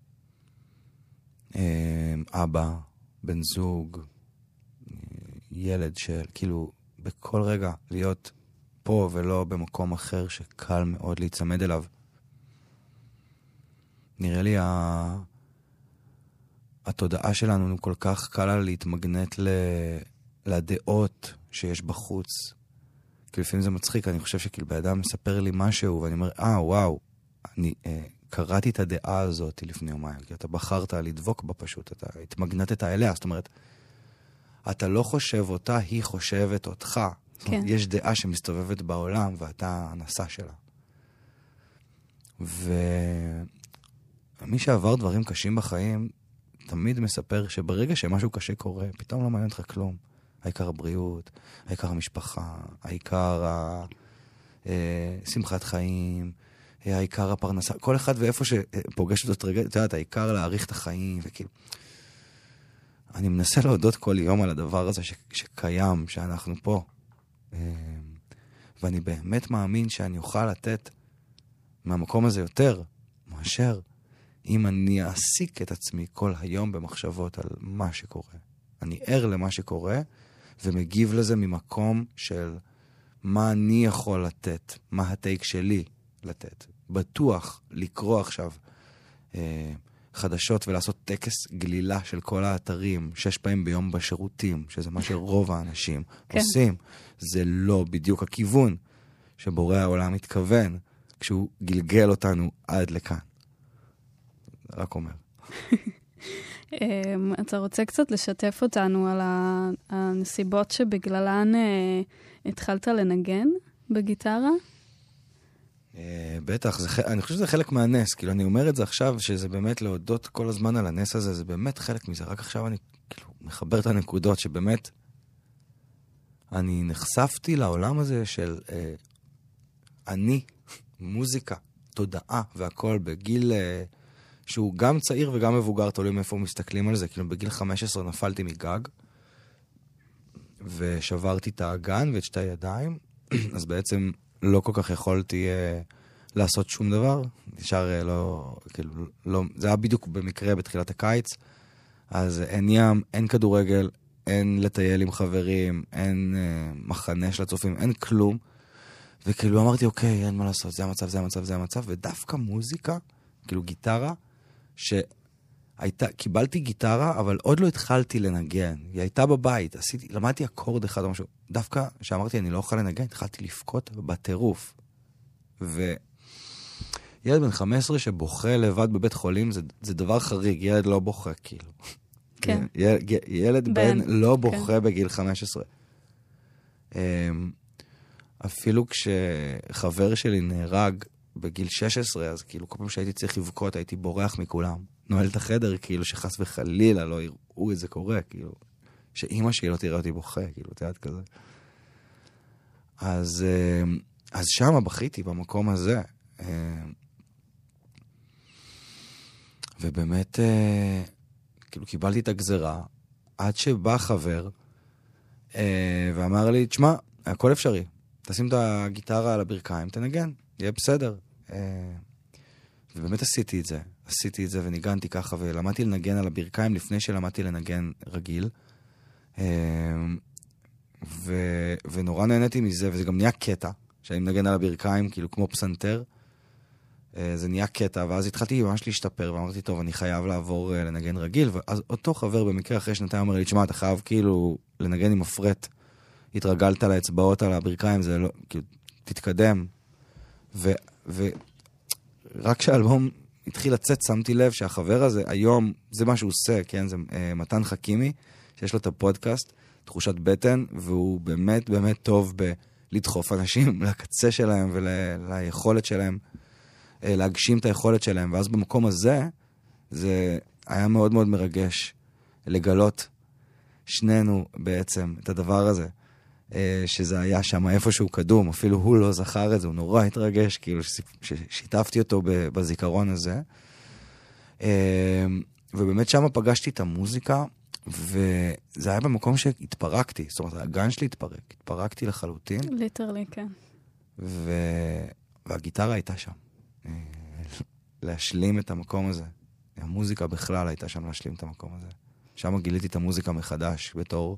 Speaker 4: אבא, בן זוג, ילד של, כאילו, בכל רגע להיות פה ולא במקום אחר שקל מאוד להצמד אליו. נראה לי ה... התודעה שלנו כל כך קלה להתמגנט ל... לדעות שיש בחוץ, כי לפעמים זה מצחיק, אני חושב שכאילו באדם מספר לי משהו, ואני אומר, אה, וואו, אני אה, קראתי את הדעה הזאת לפני יומיים, כי אתה בחרת לדבוק בה פשוט, אתה התמגנטת אליה, זאת אומרת, אתה לא חושב אותה, היא חושבת אותך. זאת אומרת, יש דעה שמסתובבת בעולם, ואתה הנשא שלה. ומי שעבר דברים קשים בחיים, תמיד מספר שברגע שמשהו קשה קורה, פתאום לא מעניין אותך כלום. העיקר הבריאות, העיקר המשפחה, העיקר שמחת חיים, העיקר הפרנסה, כל אחד ואיפה שפוגש אותו תרגל, אתה יודעת, העיקר להאריך את החיים, וכאילו... אני מנסה להודות כל יום על הדבר הזה ש- שקיים, שאנחנו פה. ואני באמת מאמין שאני אוכל לתת מהמקום הזה יותר, מאשר אם אני אעסיק את עצמי כל היום במחשבות על מה שקורה. אני ער למה שקורה, ומגיב לזה ממקום של מה אני יכול לתת, מה הטייק שלי לתת. בטוח לקרוא עכשיו אה, חדשות ולעשות טקס גלילה של כל האתרים, שש פעמים ביום בשירותים, שזה מה שרוב האנשים כן. עושים. זה לא בדיוק הכיוון שבורא העולם מתכוון, כשהוא גלגל אותנו עד לכאן. רק אומר.
Speaker 3: אתה רוצה קצת לשתף אותנו על הנסיבות שבגללן התחלת לנגן בגיטרה?
Speaker 4: בטח, אני חושב שזה חלק מהנס, כאילו אני אומר את זה עכשיו, שזה באמת להודות כל הזמן על הנס הזה, זה באמת חלק מזה, רק עכשיו אני כאילו מחבר את הנקודות, שבאמת אני נחשפתי לעולם הזה של אה, אני, מוזיקה, תודעה והכל בגיל אה, שהוא גם צעיר וגם מבוגר, תולים איפה מסתכלים על זה, כאילו בגיל חמש עשרה נפלתי מגג, ושברתי את האגן ואת שתי הידיים, אז בעצם לא כל כך יכולתי אה, לעשות שום דבר, נשאר אה, לא, כאילו, לא, זה היה בדיוק במקרה בתחילת הקיץ, אז אין ים, אין כדורגל, אין לטייל עם חברים, אין אה, מחנה של הצופים, אין כלום, וכאילו אמרתי, אוקיי, אין מה לעשות, זה המצב, זה המצב, זה המצב, ודווקא מוזיקה, כאילו גיטרה, שהייתה, קיבלתי גיטרה, אבל עוד לא התחלתי לנגן, היא הייתה בבית, עשיתי, למדתי אקורד אחד או משהו, דווקא שאמרתי, אני לא אוכל לנגן, התחלתי לפקוט בטירוף, וילד בן חמש עשרה שבוכה לבד בבית חולים, זה, זה דבר חריג, ילד לא בוכה, כאילו.
Speaker 3: כן.
Speaker 4: ילד, ילד בן, בן לא בוכה כן. בגיל חמש עשרה. אפילו כשחבר שלי נהרג בגיל שש עשרה, אז כאילו כל פעם שהייתי צריך לבכות, הייתי בורח מכולם. נועל את החדר, כאילו שחס וחלילה לא יראו את זה קורה, כאילו. שאמא שלי לא תראה אותי בוכה, כאילו, תיעד כזה. אז, אז שמה בכיתי, במקום הזה. ובאמת, כאילו, קיבלתי את הגזרה, עד שבא חבר, ואמר לי, תשמע, הכל אפשרי. תשים את הגיטרה על הברכיים, תנגן, יהיה בסדר. ובאמת עשיתי את זה. עשיתי את זה וניגנתי ככה, ולמדתי לנגן על הברכיים לפני שלמדתי לנגן רגיל. ו... ונורא נהניתי מזה, וזה גם נהיה קטע, שאני מנגן על הברכיים, כאילו כמו פסנתר. זה נהיה קטע, ואז התחלתי ממש להשתפר, ואמרתי, טוב, אני חייב לעבור לנגן רגיל, ואז אותו חבר במקרה אחרי שנתיים אומר לי, תשמע, אתה חייב כאילו לנגן עם מפרט, התרגלת לאצבעות על הברכיים, זה לא, כאילו, תתקדם. ו... ורק כשהאלבום התחיל לצאת, שמתי לב שהחבר הזה, היום, זה מה שהוא עושה, כן, זה uh, מתן חכימי, שיש לו את הפודקאסט, תחושת בטן, והוא באמת באמת טוב בלדחוף אנשים לקצה שלהם וליכולת שלהם, להגשים את היכולת שלהם, ואז במקום הזה, זה היה מאוד מאוד מרגש לגלות שנינו בעצם את הדבר הזה, שזה היה שם איפשהו קדום, אפילו הוא לא זכר את זה, הוא נורא התרגש, כאילו ששיתפתי אותו בזיכרון הזה, ובאמת שם פגשתי את המוזיקה, וזה היה במקום שהתפרקתי, זאת אומרת, הגן שלי התפרק, התפרקתי לחלוטין.
Speaker 3: ליטרלי, כן.
Speaker 4: ו... והגיטרה הייתה שם. להשלים את המקום הזה. המוזיקה בכלל הייתה שם להשלים את המקום הזה. שם גיליתי את המוזיקה מחדש, בתור,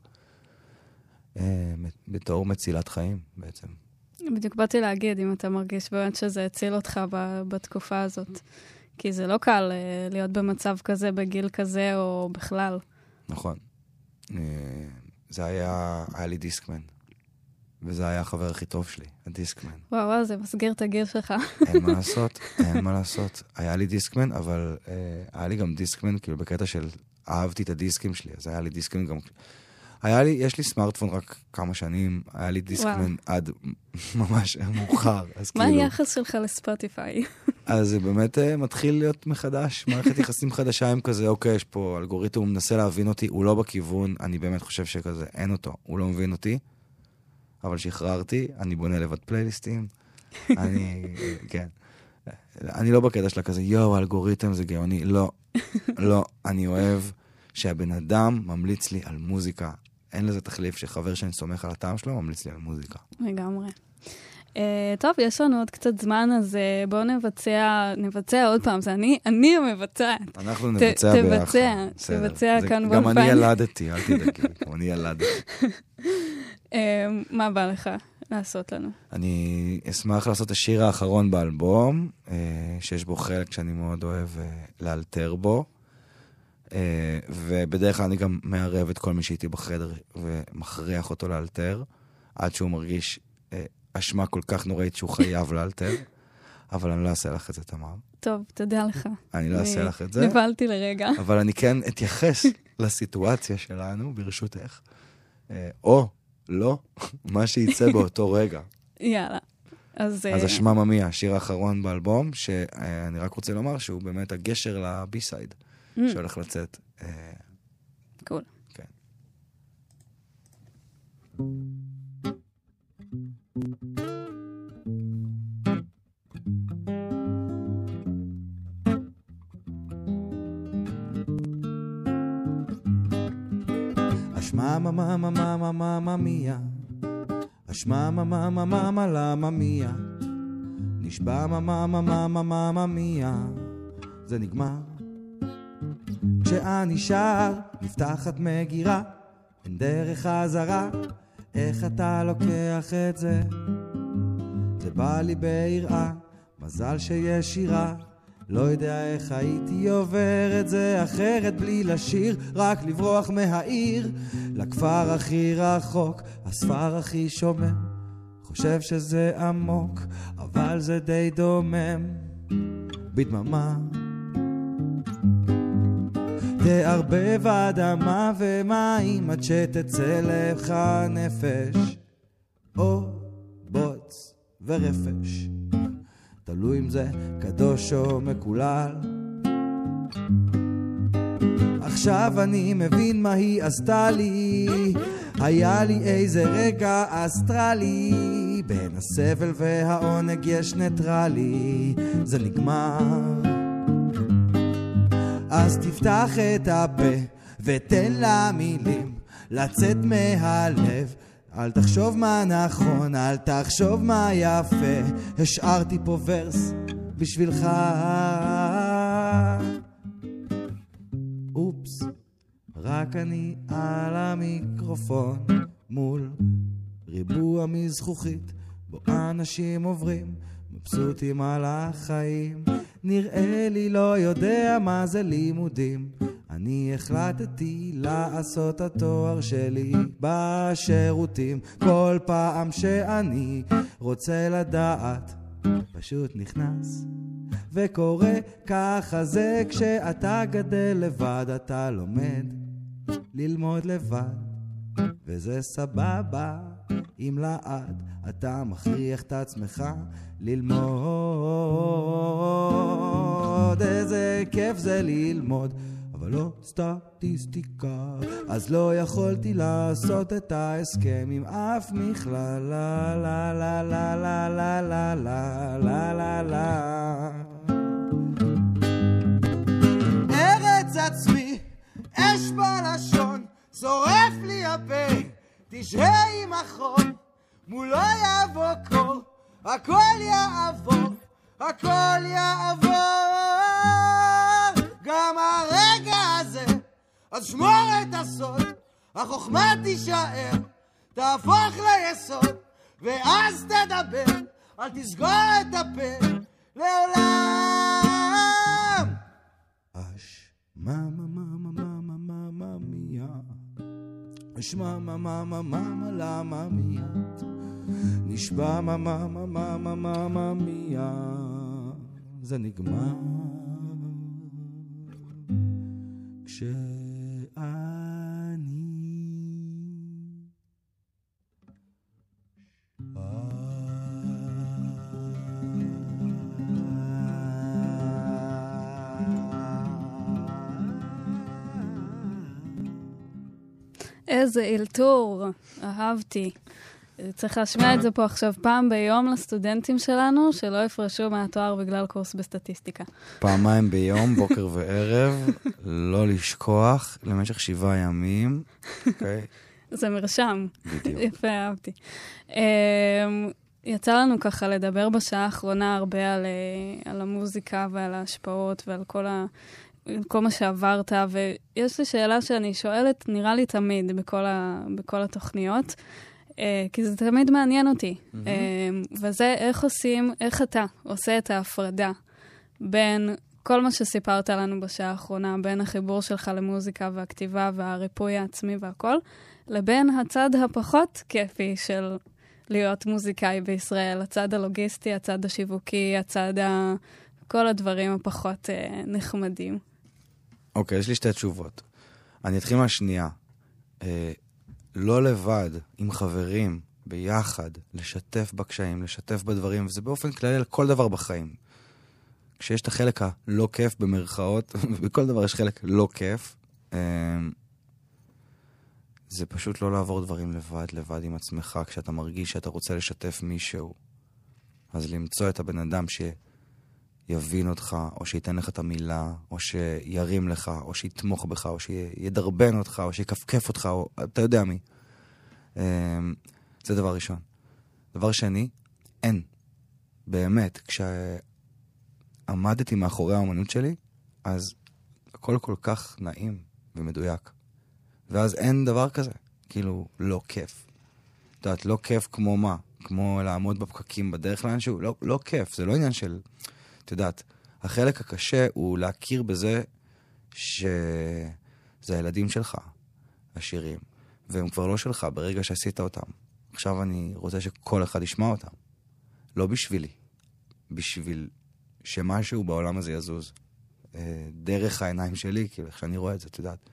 Speaker 4: בתור מצילת חיים, בעצם.
Speaker 3: בדיוק באתי להגיד, אם אתה מרגיש באמת שזה הציל אותך בתקופה הזאת. כי זה לא קל להיות במצב כזה, בגיל כזה, או בכלל.
Speaker 4: נכון. זה היה, היה לי דיסקמן. וזה היה החבר הכי טוב שלי, הדיסקמן.
Speaker 3: וואו, וואו, זה מסגיר את הגיל שלך.
Speaker 4: אין מה לעשות, אין מה לעשות. היה לי דיסקמן, אבל אה, היה לי גם דיסקמן, כאילו בקטע של אהבתי את הדיסקים שלי, אז היה לי דיסקמן גם... היה לי, יש לי סמארטפון רק כמה שנים, היה לי דיסקמן עד ממש מאוחר.
Speaker 3: מה היחס שלך לספוטיפיי?
Speaker 4: אז זה באמת uh, מתחיל להיות מחדש, מערכת יחסים חדשה עם כזה, אוקיי, יש פה אלגוריתם, הוא מנסה להבין אותי, הוא לא בכיוון, אני באמת חושב שכזה, אין אותו, הוא לא מבין אותי, אבל שחררתי, אני בונה לבד פלייליסטים, אני, כן, אני לא בקטע שלה כזה, יואו, האלגוריתם זה גאוני, לא, לא, אני אוהב שהבן אדם ממליץ לי על מוזיקה, אין לזה תחליף שחבר שאני סומך על הטעם שלו, ממליץ לי על מוזיקה.
Speaker 3: לגמרי. Uh, טוב, יש לנו עוד קצת זמן, אז uh, בואו נבצע, נבצע עוד פעם, זה אני, אני המבצעת.
Speaker 4: אנחנו נבצע ביחד.
Speaker 3: תבצע, תבצע כאן
Speaker 4: באולפן. גם אני
Speaker 3: באולפן.
Speaker 4: ילדתי, אל תדאגי, גם אני ילדתי.
Speaker 3: uh, מה בא לך לעשות לנו?
Speaker 4: אני אשמח לעשות את השיר האחרון באלבום, uh, שיש בו חלק שאני מאוד אוהב uh, לאלתר בו, uh, ובדרך כלל אני גם מערב את כל מי שהייתי בחדר ומכריח אותו לאלתר, עד שהוא מרגיש... Uh, אשמה כל כך נוראית שהוא חייב לאלתר, אבל אני לא אעשה לך את זה, תמר.
Speaker 3: טוב, תודה לך.
Speaker 4: אני לא אעשה לך את זה.
Speaker 3: נבלתי לרגע.
Speaker 4: אבל אני כן אתייחס לסיטואציה שלנו, ברשותך. או, לא, מה שייצא באותו רגע.
Speaker 3: יאללה. אז...
Speaker 4: אז אשמה ממיה, השיר האחרון באלבום, שאני רק רוצה לומר שהוא באמת הגשר לבי-סייד, שהולך לצאת.
Speaker 3: קול.
Speaker 4: כן. אשמה ממה ממה ממה ממיה, אשמה ממה ממה ממה למה מיה, נשבע ממה ממה ממה ממיה, זה נגמר. כשאני שר נפתחת מגירה, אין דרך חזרה, איך אתה לוקח את זה? זה בא לי ביראה, מזל שיש שירה, לא יודע איך הייתי עובר את זה אחרת בלי לשיר, רק לברוח מהעיר לכפר הכי רחוק, הספר הכי שומם, חושב שזה עמוק אבל זה די דומם, בדממה תערבב אדמה ומים עד שתצא לך נפש, או בוץ ורפש, תלוי אם זה קדוש או מקולל. עכשיו אני מבין מה היא עשתה לי, היה לי איזה רגע אסטרלי, בין הסבל והעונג יש ניטרלי, זה נגמר. אז תפתח את הפה ותן לה מילים לצאת מהלב, אל תחשוב מה נכון, אל תחשוב מה יפה, השארתי פה ורס בשבילך. אופס, רק אני על המיקרופון מול ריבוע מזכוכית בו אנשים עוברים מבסוטים על החיים, נראה לי לא יודע מה זה לימודים, אני החלטתי לעשות התואר שלי בשירותים, כל פעם שאני רוצה לדעת פשוט נכנס וקורא, ככה זה כשאתה גדל לבד, אתה לומד ללמוד לבד וזה סבבה, אם לעד אתה מכריח את עצמך ללמוד, איזה כיף זה ללמוד, אבל לא סטטיסטיקה, אז לא יכולתי לעשות את ההסכם עם אף מכלל, לה לה לה לה לה לה לה לה לה לה לה. ארץ עצמי, אש בלשון, שורף לי הפה, תשרה עם החול, מולו יבוא קור, הכל יעבור, הכל יעבור, גם הרגע הזה, אז שמור את הסוד, החוכמה תישאר, תהפוך ליסוד, ואז תדבר, אל תסגור את הפה, לעולם. אש, מה, מה, מה, מה, מה, מה, מה, מה, מיה, אש, מה, מה, מה, מה, מה, מה, למה, מיה, נשבע מה מה מה מה מה מה מה מיה זה נגמר כשאני
Speaker 3: איזה אלתור, אהבתי. צריך להשמיע את זה פה עכשיו פעם ביום לסטודנטים שלנו, שלא יפרשו מהתואר בגלל קורס בסטטיסטיקה.
Speaker 4: פעמיים ביום, בוקר וערב, לא לשכוח, למשך שבעה ימים. אוקיי?
Speaker 3: זה מרשם.
Speaker 4: בדיוק.
Speaker 3: יפה, אהבתי. יצא לנו ככה לדבר בשעה האחרונה הרבה על, על המוזיקה ועל ההשפעות ועל כל ה... כל מה שעברת, ויש לי שאלה שאני שואלת, נראה לי תמיד, בכל, ה, בכל התוכניות, אה, כי זה תמיד מעניין אותי. Mm-hmm. אה, וזה איך עושים, איך אתה עושה את ההפרדה בין כל מה שסיפרת לנו בשעה האחרונה, בין החיבור שלך למוזיקה והכתיבה והריפוי העצמי והכל, לבין הצד הפחות כיפי של להיות מוזיקאי בישראל, הצד הלוגיסטי, הצד השיווקי, הצד ה... כל הדברים הפחות אה, נחמדים.
Speaker 4: אוקיי, יש לי שתי תשובות. אני אתחיל מהשנייה. אה, לא לבד, עם חברים, ביחד, לשתף בקשיים, לשתף בדברים, וזה באופן כללי על כל דבר בחיים. כשיש את החלק הלא כיף במרכאות, ובכל דבר יש חלק לא כיף, אה, זה פשוט לא לעבור דברים לבד, לבד עם עצמך, כשאתה מרגיש שאתה רוצה לשתף מישהו. אז למצוא את הבן אדם ש... יבין אותך, או שייתן לך את המילה, או שירים לך, או שיתמוך בך, או שידרבן אותך, או שיקפקף אותך, או אתה יודע מי. זה דבר ראשון. דבר שני, אין. באמת, כשעמדתי מאחורי האמנות שלי, אז הכל כל כך נעים ומדויק. ואז אין דבר כזה. כאילו, לא כיף. את יודעת, לא כיף כמו מה? כמו לעמוד בפקקים בדרך לאנשהו? לא, לא כיף. זה לא עניין של... את יודעת, החלק הקשה הוא להכיר בזה שזה הילדים שלך, השירים, והם כבר לא שלך ברגע שעשית אותם. עכשיו אני רוצה שכל אחד ישמע אותם. לא בשבילי, בשביל שמשהו בעולם הזה יזוז. דרך העיניים שלי, כאילו, איך שאני רואה את זה, את יודעת.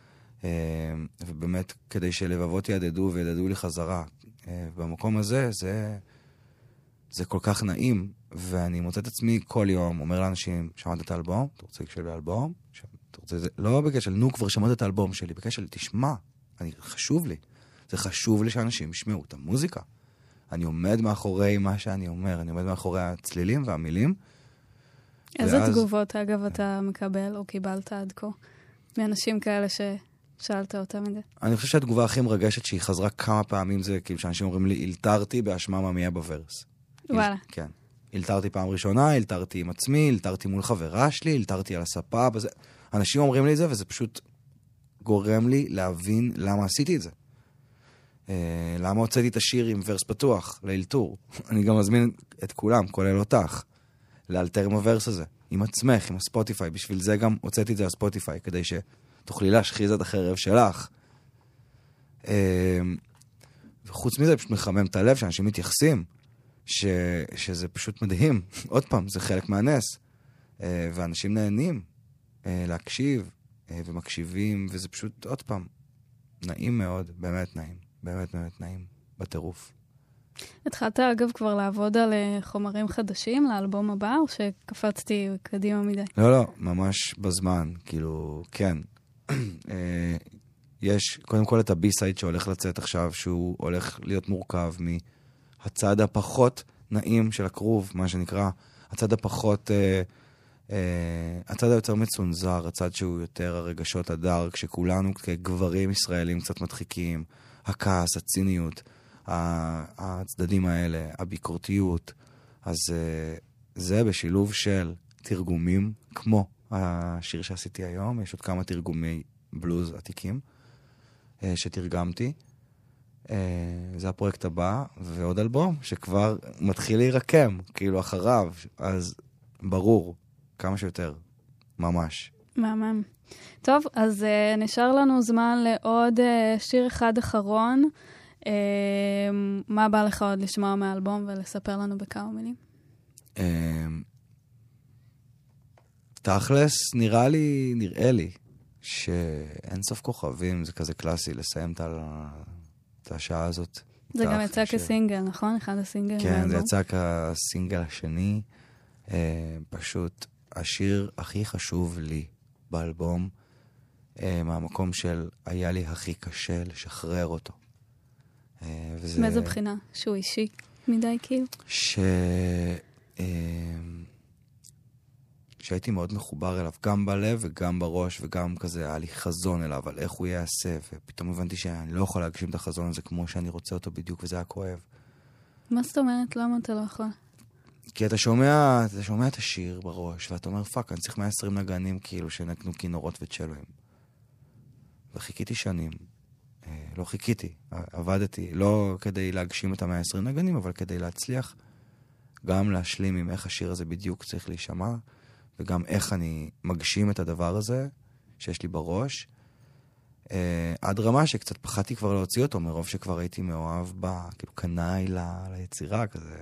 Speaker 4: ובאמת, כדי שלבבות ידדו וידדו לי חזרה. במקום הזה, זה... זה כל כך נעים, ואני מוצא את עצמי כל יום, אומר לאנשים, שמעת את האלבום? אתה רוצה לקשור לאלבום? אתה רוצה זה? לא בקשר, נו כבר שמעת את האלבום שלי, בקשר, תשמע, אני, חשוב לי. זה חשוב לי שאנשים ישמעו את המוזיקה. אני עומד מאחורי מה שאני אומר, אני עומד מאחורי הצלילים והמילים.
Speaker 3: איזה ואז... תגובות, אגב, אתה מקבל או קיבלת עד כה? מאנשים כאלה ששאלת אותם את זה?
Speaker 4: אני חושב שהתגובה הכי מרגשת שהיא חזרה כמה פעמים זה, כאילו שאנשים אומרים לי, אלתרתי באשמה ממיה בוורס.
Speaker 3: וואלה.
Speaker 4: כן. אלתרתי פעם ראשונה, אלתרתי עם עצמי, אלתרתי מול חברה שלי, אלתרתי על הספה, בזה. אנשים אומרים לי את זה, וזה פשוט גורם לי להבין למה עשיתי את זה. אה, למה הוצאתי את השיר עם ורס פתוח, לאלתור. אני גם מזמין את כולם, כולל אותך, לאלתר עם הוורס הזה, עם עצמך, עם הספוטיפיי. בשביל זה גם הוצאתי את זה לספוטיפיי, כדי שתוכלי להשחיז את החרב שלך. אה, וחוץ מזה, פשוט מחמם את הלב, שאנשים מתייחסים. ש... שזה פשוט מדהים. עוד פעם, זה חלק מהנס. אה, ואנשים נהנים אה, להקשיב אה, ומקשיבים, וזה פשוט, עוד פעם, נעים מאוד, באמת נעים. באמת באמת נעים, בטירוף.
Speaker 3: התחלת אגב כבר לעבוד על חומרים חדשים לאלבום הבא, או שקפצתי קדימה מדי?
Speaker 4: לא, לא, ממש בזמן, כאילו, כן. אה, יש קודם כל את הבי-סייד שהולך לצאת עכשיו, שהוא הולך להיות מורכב מ... הצד הפחות נעים של הקרוב, מה שנקרא, הצד הפחות, אה, אה, הצד היותר מצונזר, הצד שהוא יותר הרגשות הדארק, שכולנו כגברים ישראלים קצת מדחיקים, הכעס, הציניות, הצדדים האלה, הביקורתיות, אז אה, זה בשילוב של תרגומים, כמו השיר שעשיתי היום, יש עוד כמה תרגומי בלוז עתיקים, אה, שתרגמתי, זה הפרויקט הבא, ועוד אלבום שכבר מתחיל להירקם, כאילו אחריו, אז ברור, כמה שיותר, ממש.
Speaker 3: מהמם. טוב, אז uh, נשאר לנו זמן לעוד uh, שיר אחד אחרון, מה בא לך עוד לשמוע מהאלבום ולספר לנו בכמה מילים?
Speaker 4: תכלס, נראה לי, נראה לי, שאין סוף כוכבים, זה כזה קלאסי, לסיים את השעה הזאת.
Speaker 3: זה גם יצא כסינגל, נכון? אחד הסינגל.
Speaker 4: כן, זה יצא כסינגל השני. פשוט השיר הכי חשוב לי באלבום, מהמקום של היה לי הכי קשה לשחרר אותו.
Speaker 3: מאיזו בחינה? שהוא אישי מדי כאילו?
Speaker 4: ש... שהייתי מאוד מחובר אליו, גם בלב וגם בראש, וגם כזה היה לי חזון אליו, על איך הוא יעשה, ופתאום הבנתי שאני לא יכול להגשים את החזון הזה כמו שאני רוצה אותו בדיוק, וזה היה כואב.
Speaker 3: מה זאת אומרת? למה אתה לא יכול?
Speaker 4: כי אתה שומע, אתה שומע את השיר בראש, ואתה אומר, פאק, אני צריך מאה ועשרים נגנים כאילו שנקנו כינורות וצ'לואים. וחיכיתי שנים. לא חיכיתי, עבדתי, לא כדי להגשים את ה-מאה ועשרים נגנים, אבל כדי להצליח גם להשלים עם איך השיר הזה בדיוק צריך להישמע, וגם איך אני מגשים את הדבר הזה שיש לי בראש, עד רמה שקצת פחדתי כבר להוציא אותו, מרוב שכבר הייתי מאוהב בה, כאילו קנאי ל- ליצירה כזה.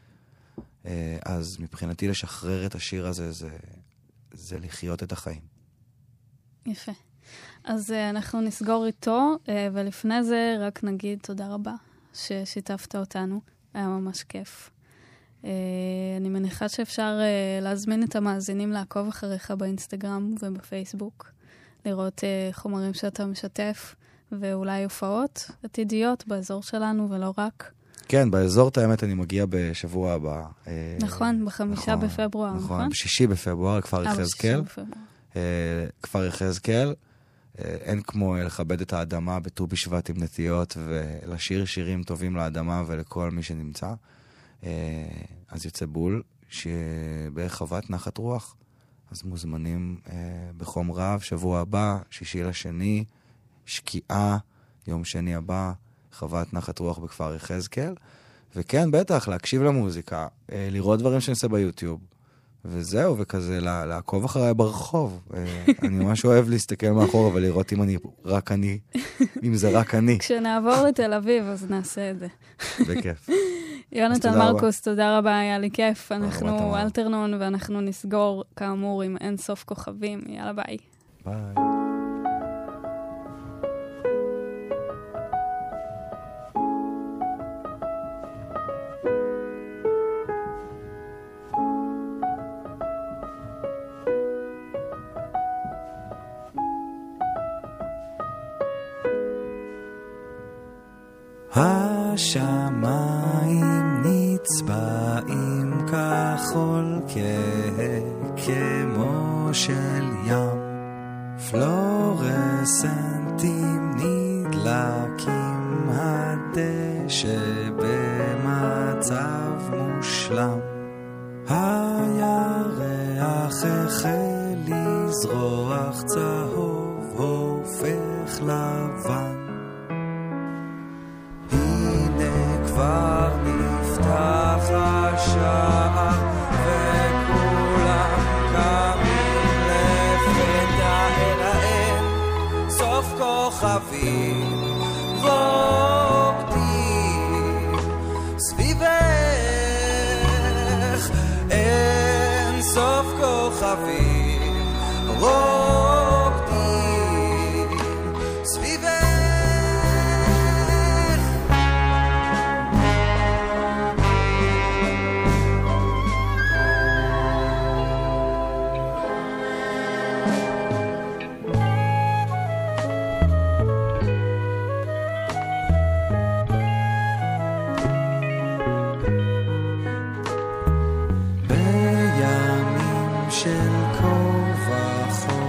Speaker 4: אז מבחינתי לשחרר את השיר הזה, זה, זה לחיות את החיים.
Speaker 3: יפה. אז אנחנו נסגור איתו, ולפני זה רק נגיד תודה רבה ששיתפת אותנו. היה ממש כיף. אני מניחה שאפשר להזמין את המאזינים לעקוב אחריך באינסטגרם ובפייסבוק, לראות חומרים שאתה משתף, ואולי הופעות עתידיות באזור שלנו ולא רק.
Speaker 4: כן, באזור, את האמת, אני מגיע בשבוע הבא.
Speaker 3: נכון, בחמישה בפברואר, נכון?
Speaker 4: נכון, בשישי בפברואר, כפר יחזקאל. כפר יחזקאל. אין כמו לכבד את האדמה בט"ו בשבט עם נטיות, ולשיר שירים טובים לאדמה ולכל מי שנמצא. אז יוצא בול, שבחוות נחת רוח. אז מוזמנים בחום רב, שבוע הבא, שישי לשני, שקיעה, יום שני הבא, חוות נחת רוח בכפר יחזקאל. וכן, בטח, להקשיב למוזיקה, לראות דברים שאני עושה ביוטיוב. וזהו, וכזה, לעקוב אחריי ברחוב. אני ממש אוהב להסתכל מאחור, ולראות אם אני רק אני, אם זה רק אני.
Speaker 3: כשנעבור לתל אביב, אז נעשה את זה.
Speaker 4: בכיף.
Speaker 3: יונתן מרקוס, תודה רבה, היה לי כיף. אנחנו אלתרנון, ואנחנו נסגור, כאמור, עם אין סוף כוכבים. יאללה, ביי.
Speaker 4: ביי. השמיים נצבעים כחול כמו של ים, פלורסנטים נדלקים, הדשא במצב מושלם, הירח החל לזרוח, צהוב הופך לבן, כבר נפתח השער וכולם קמים לפתע אל האין סוף כוכבים רוקדים סביבך, אין סוף כוכבים רוקדים סביבך. של כה וכה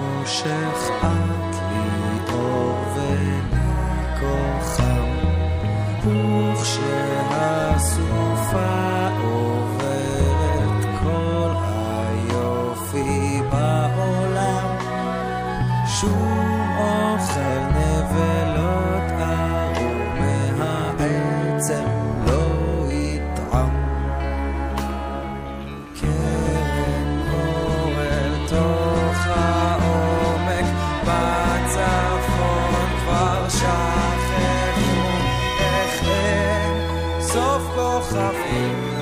Speaker 2: יפה,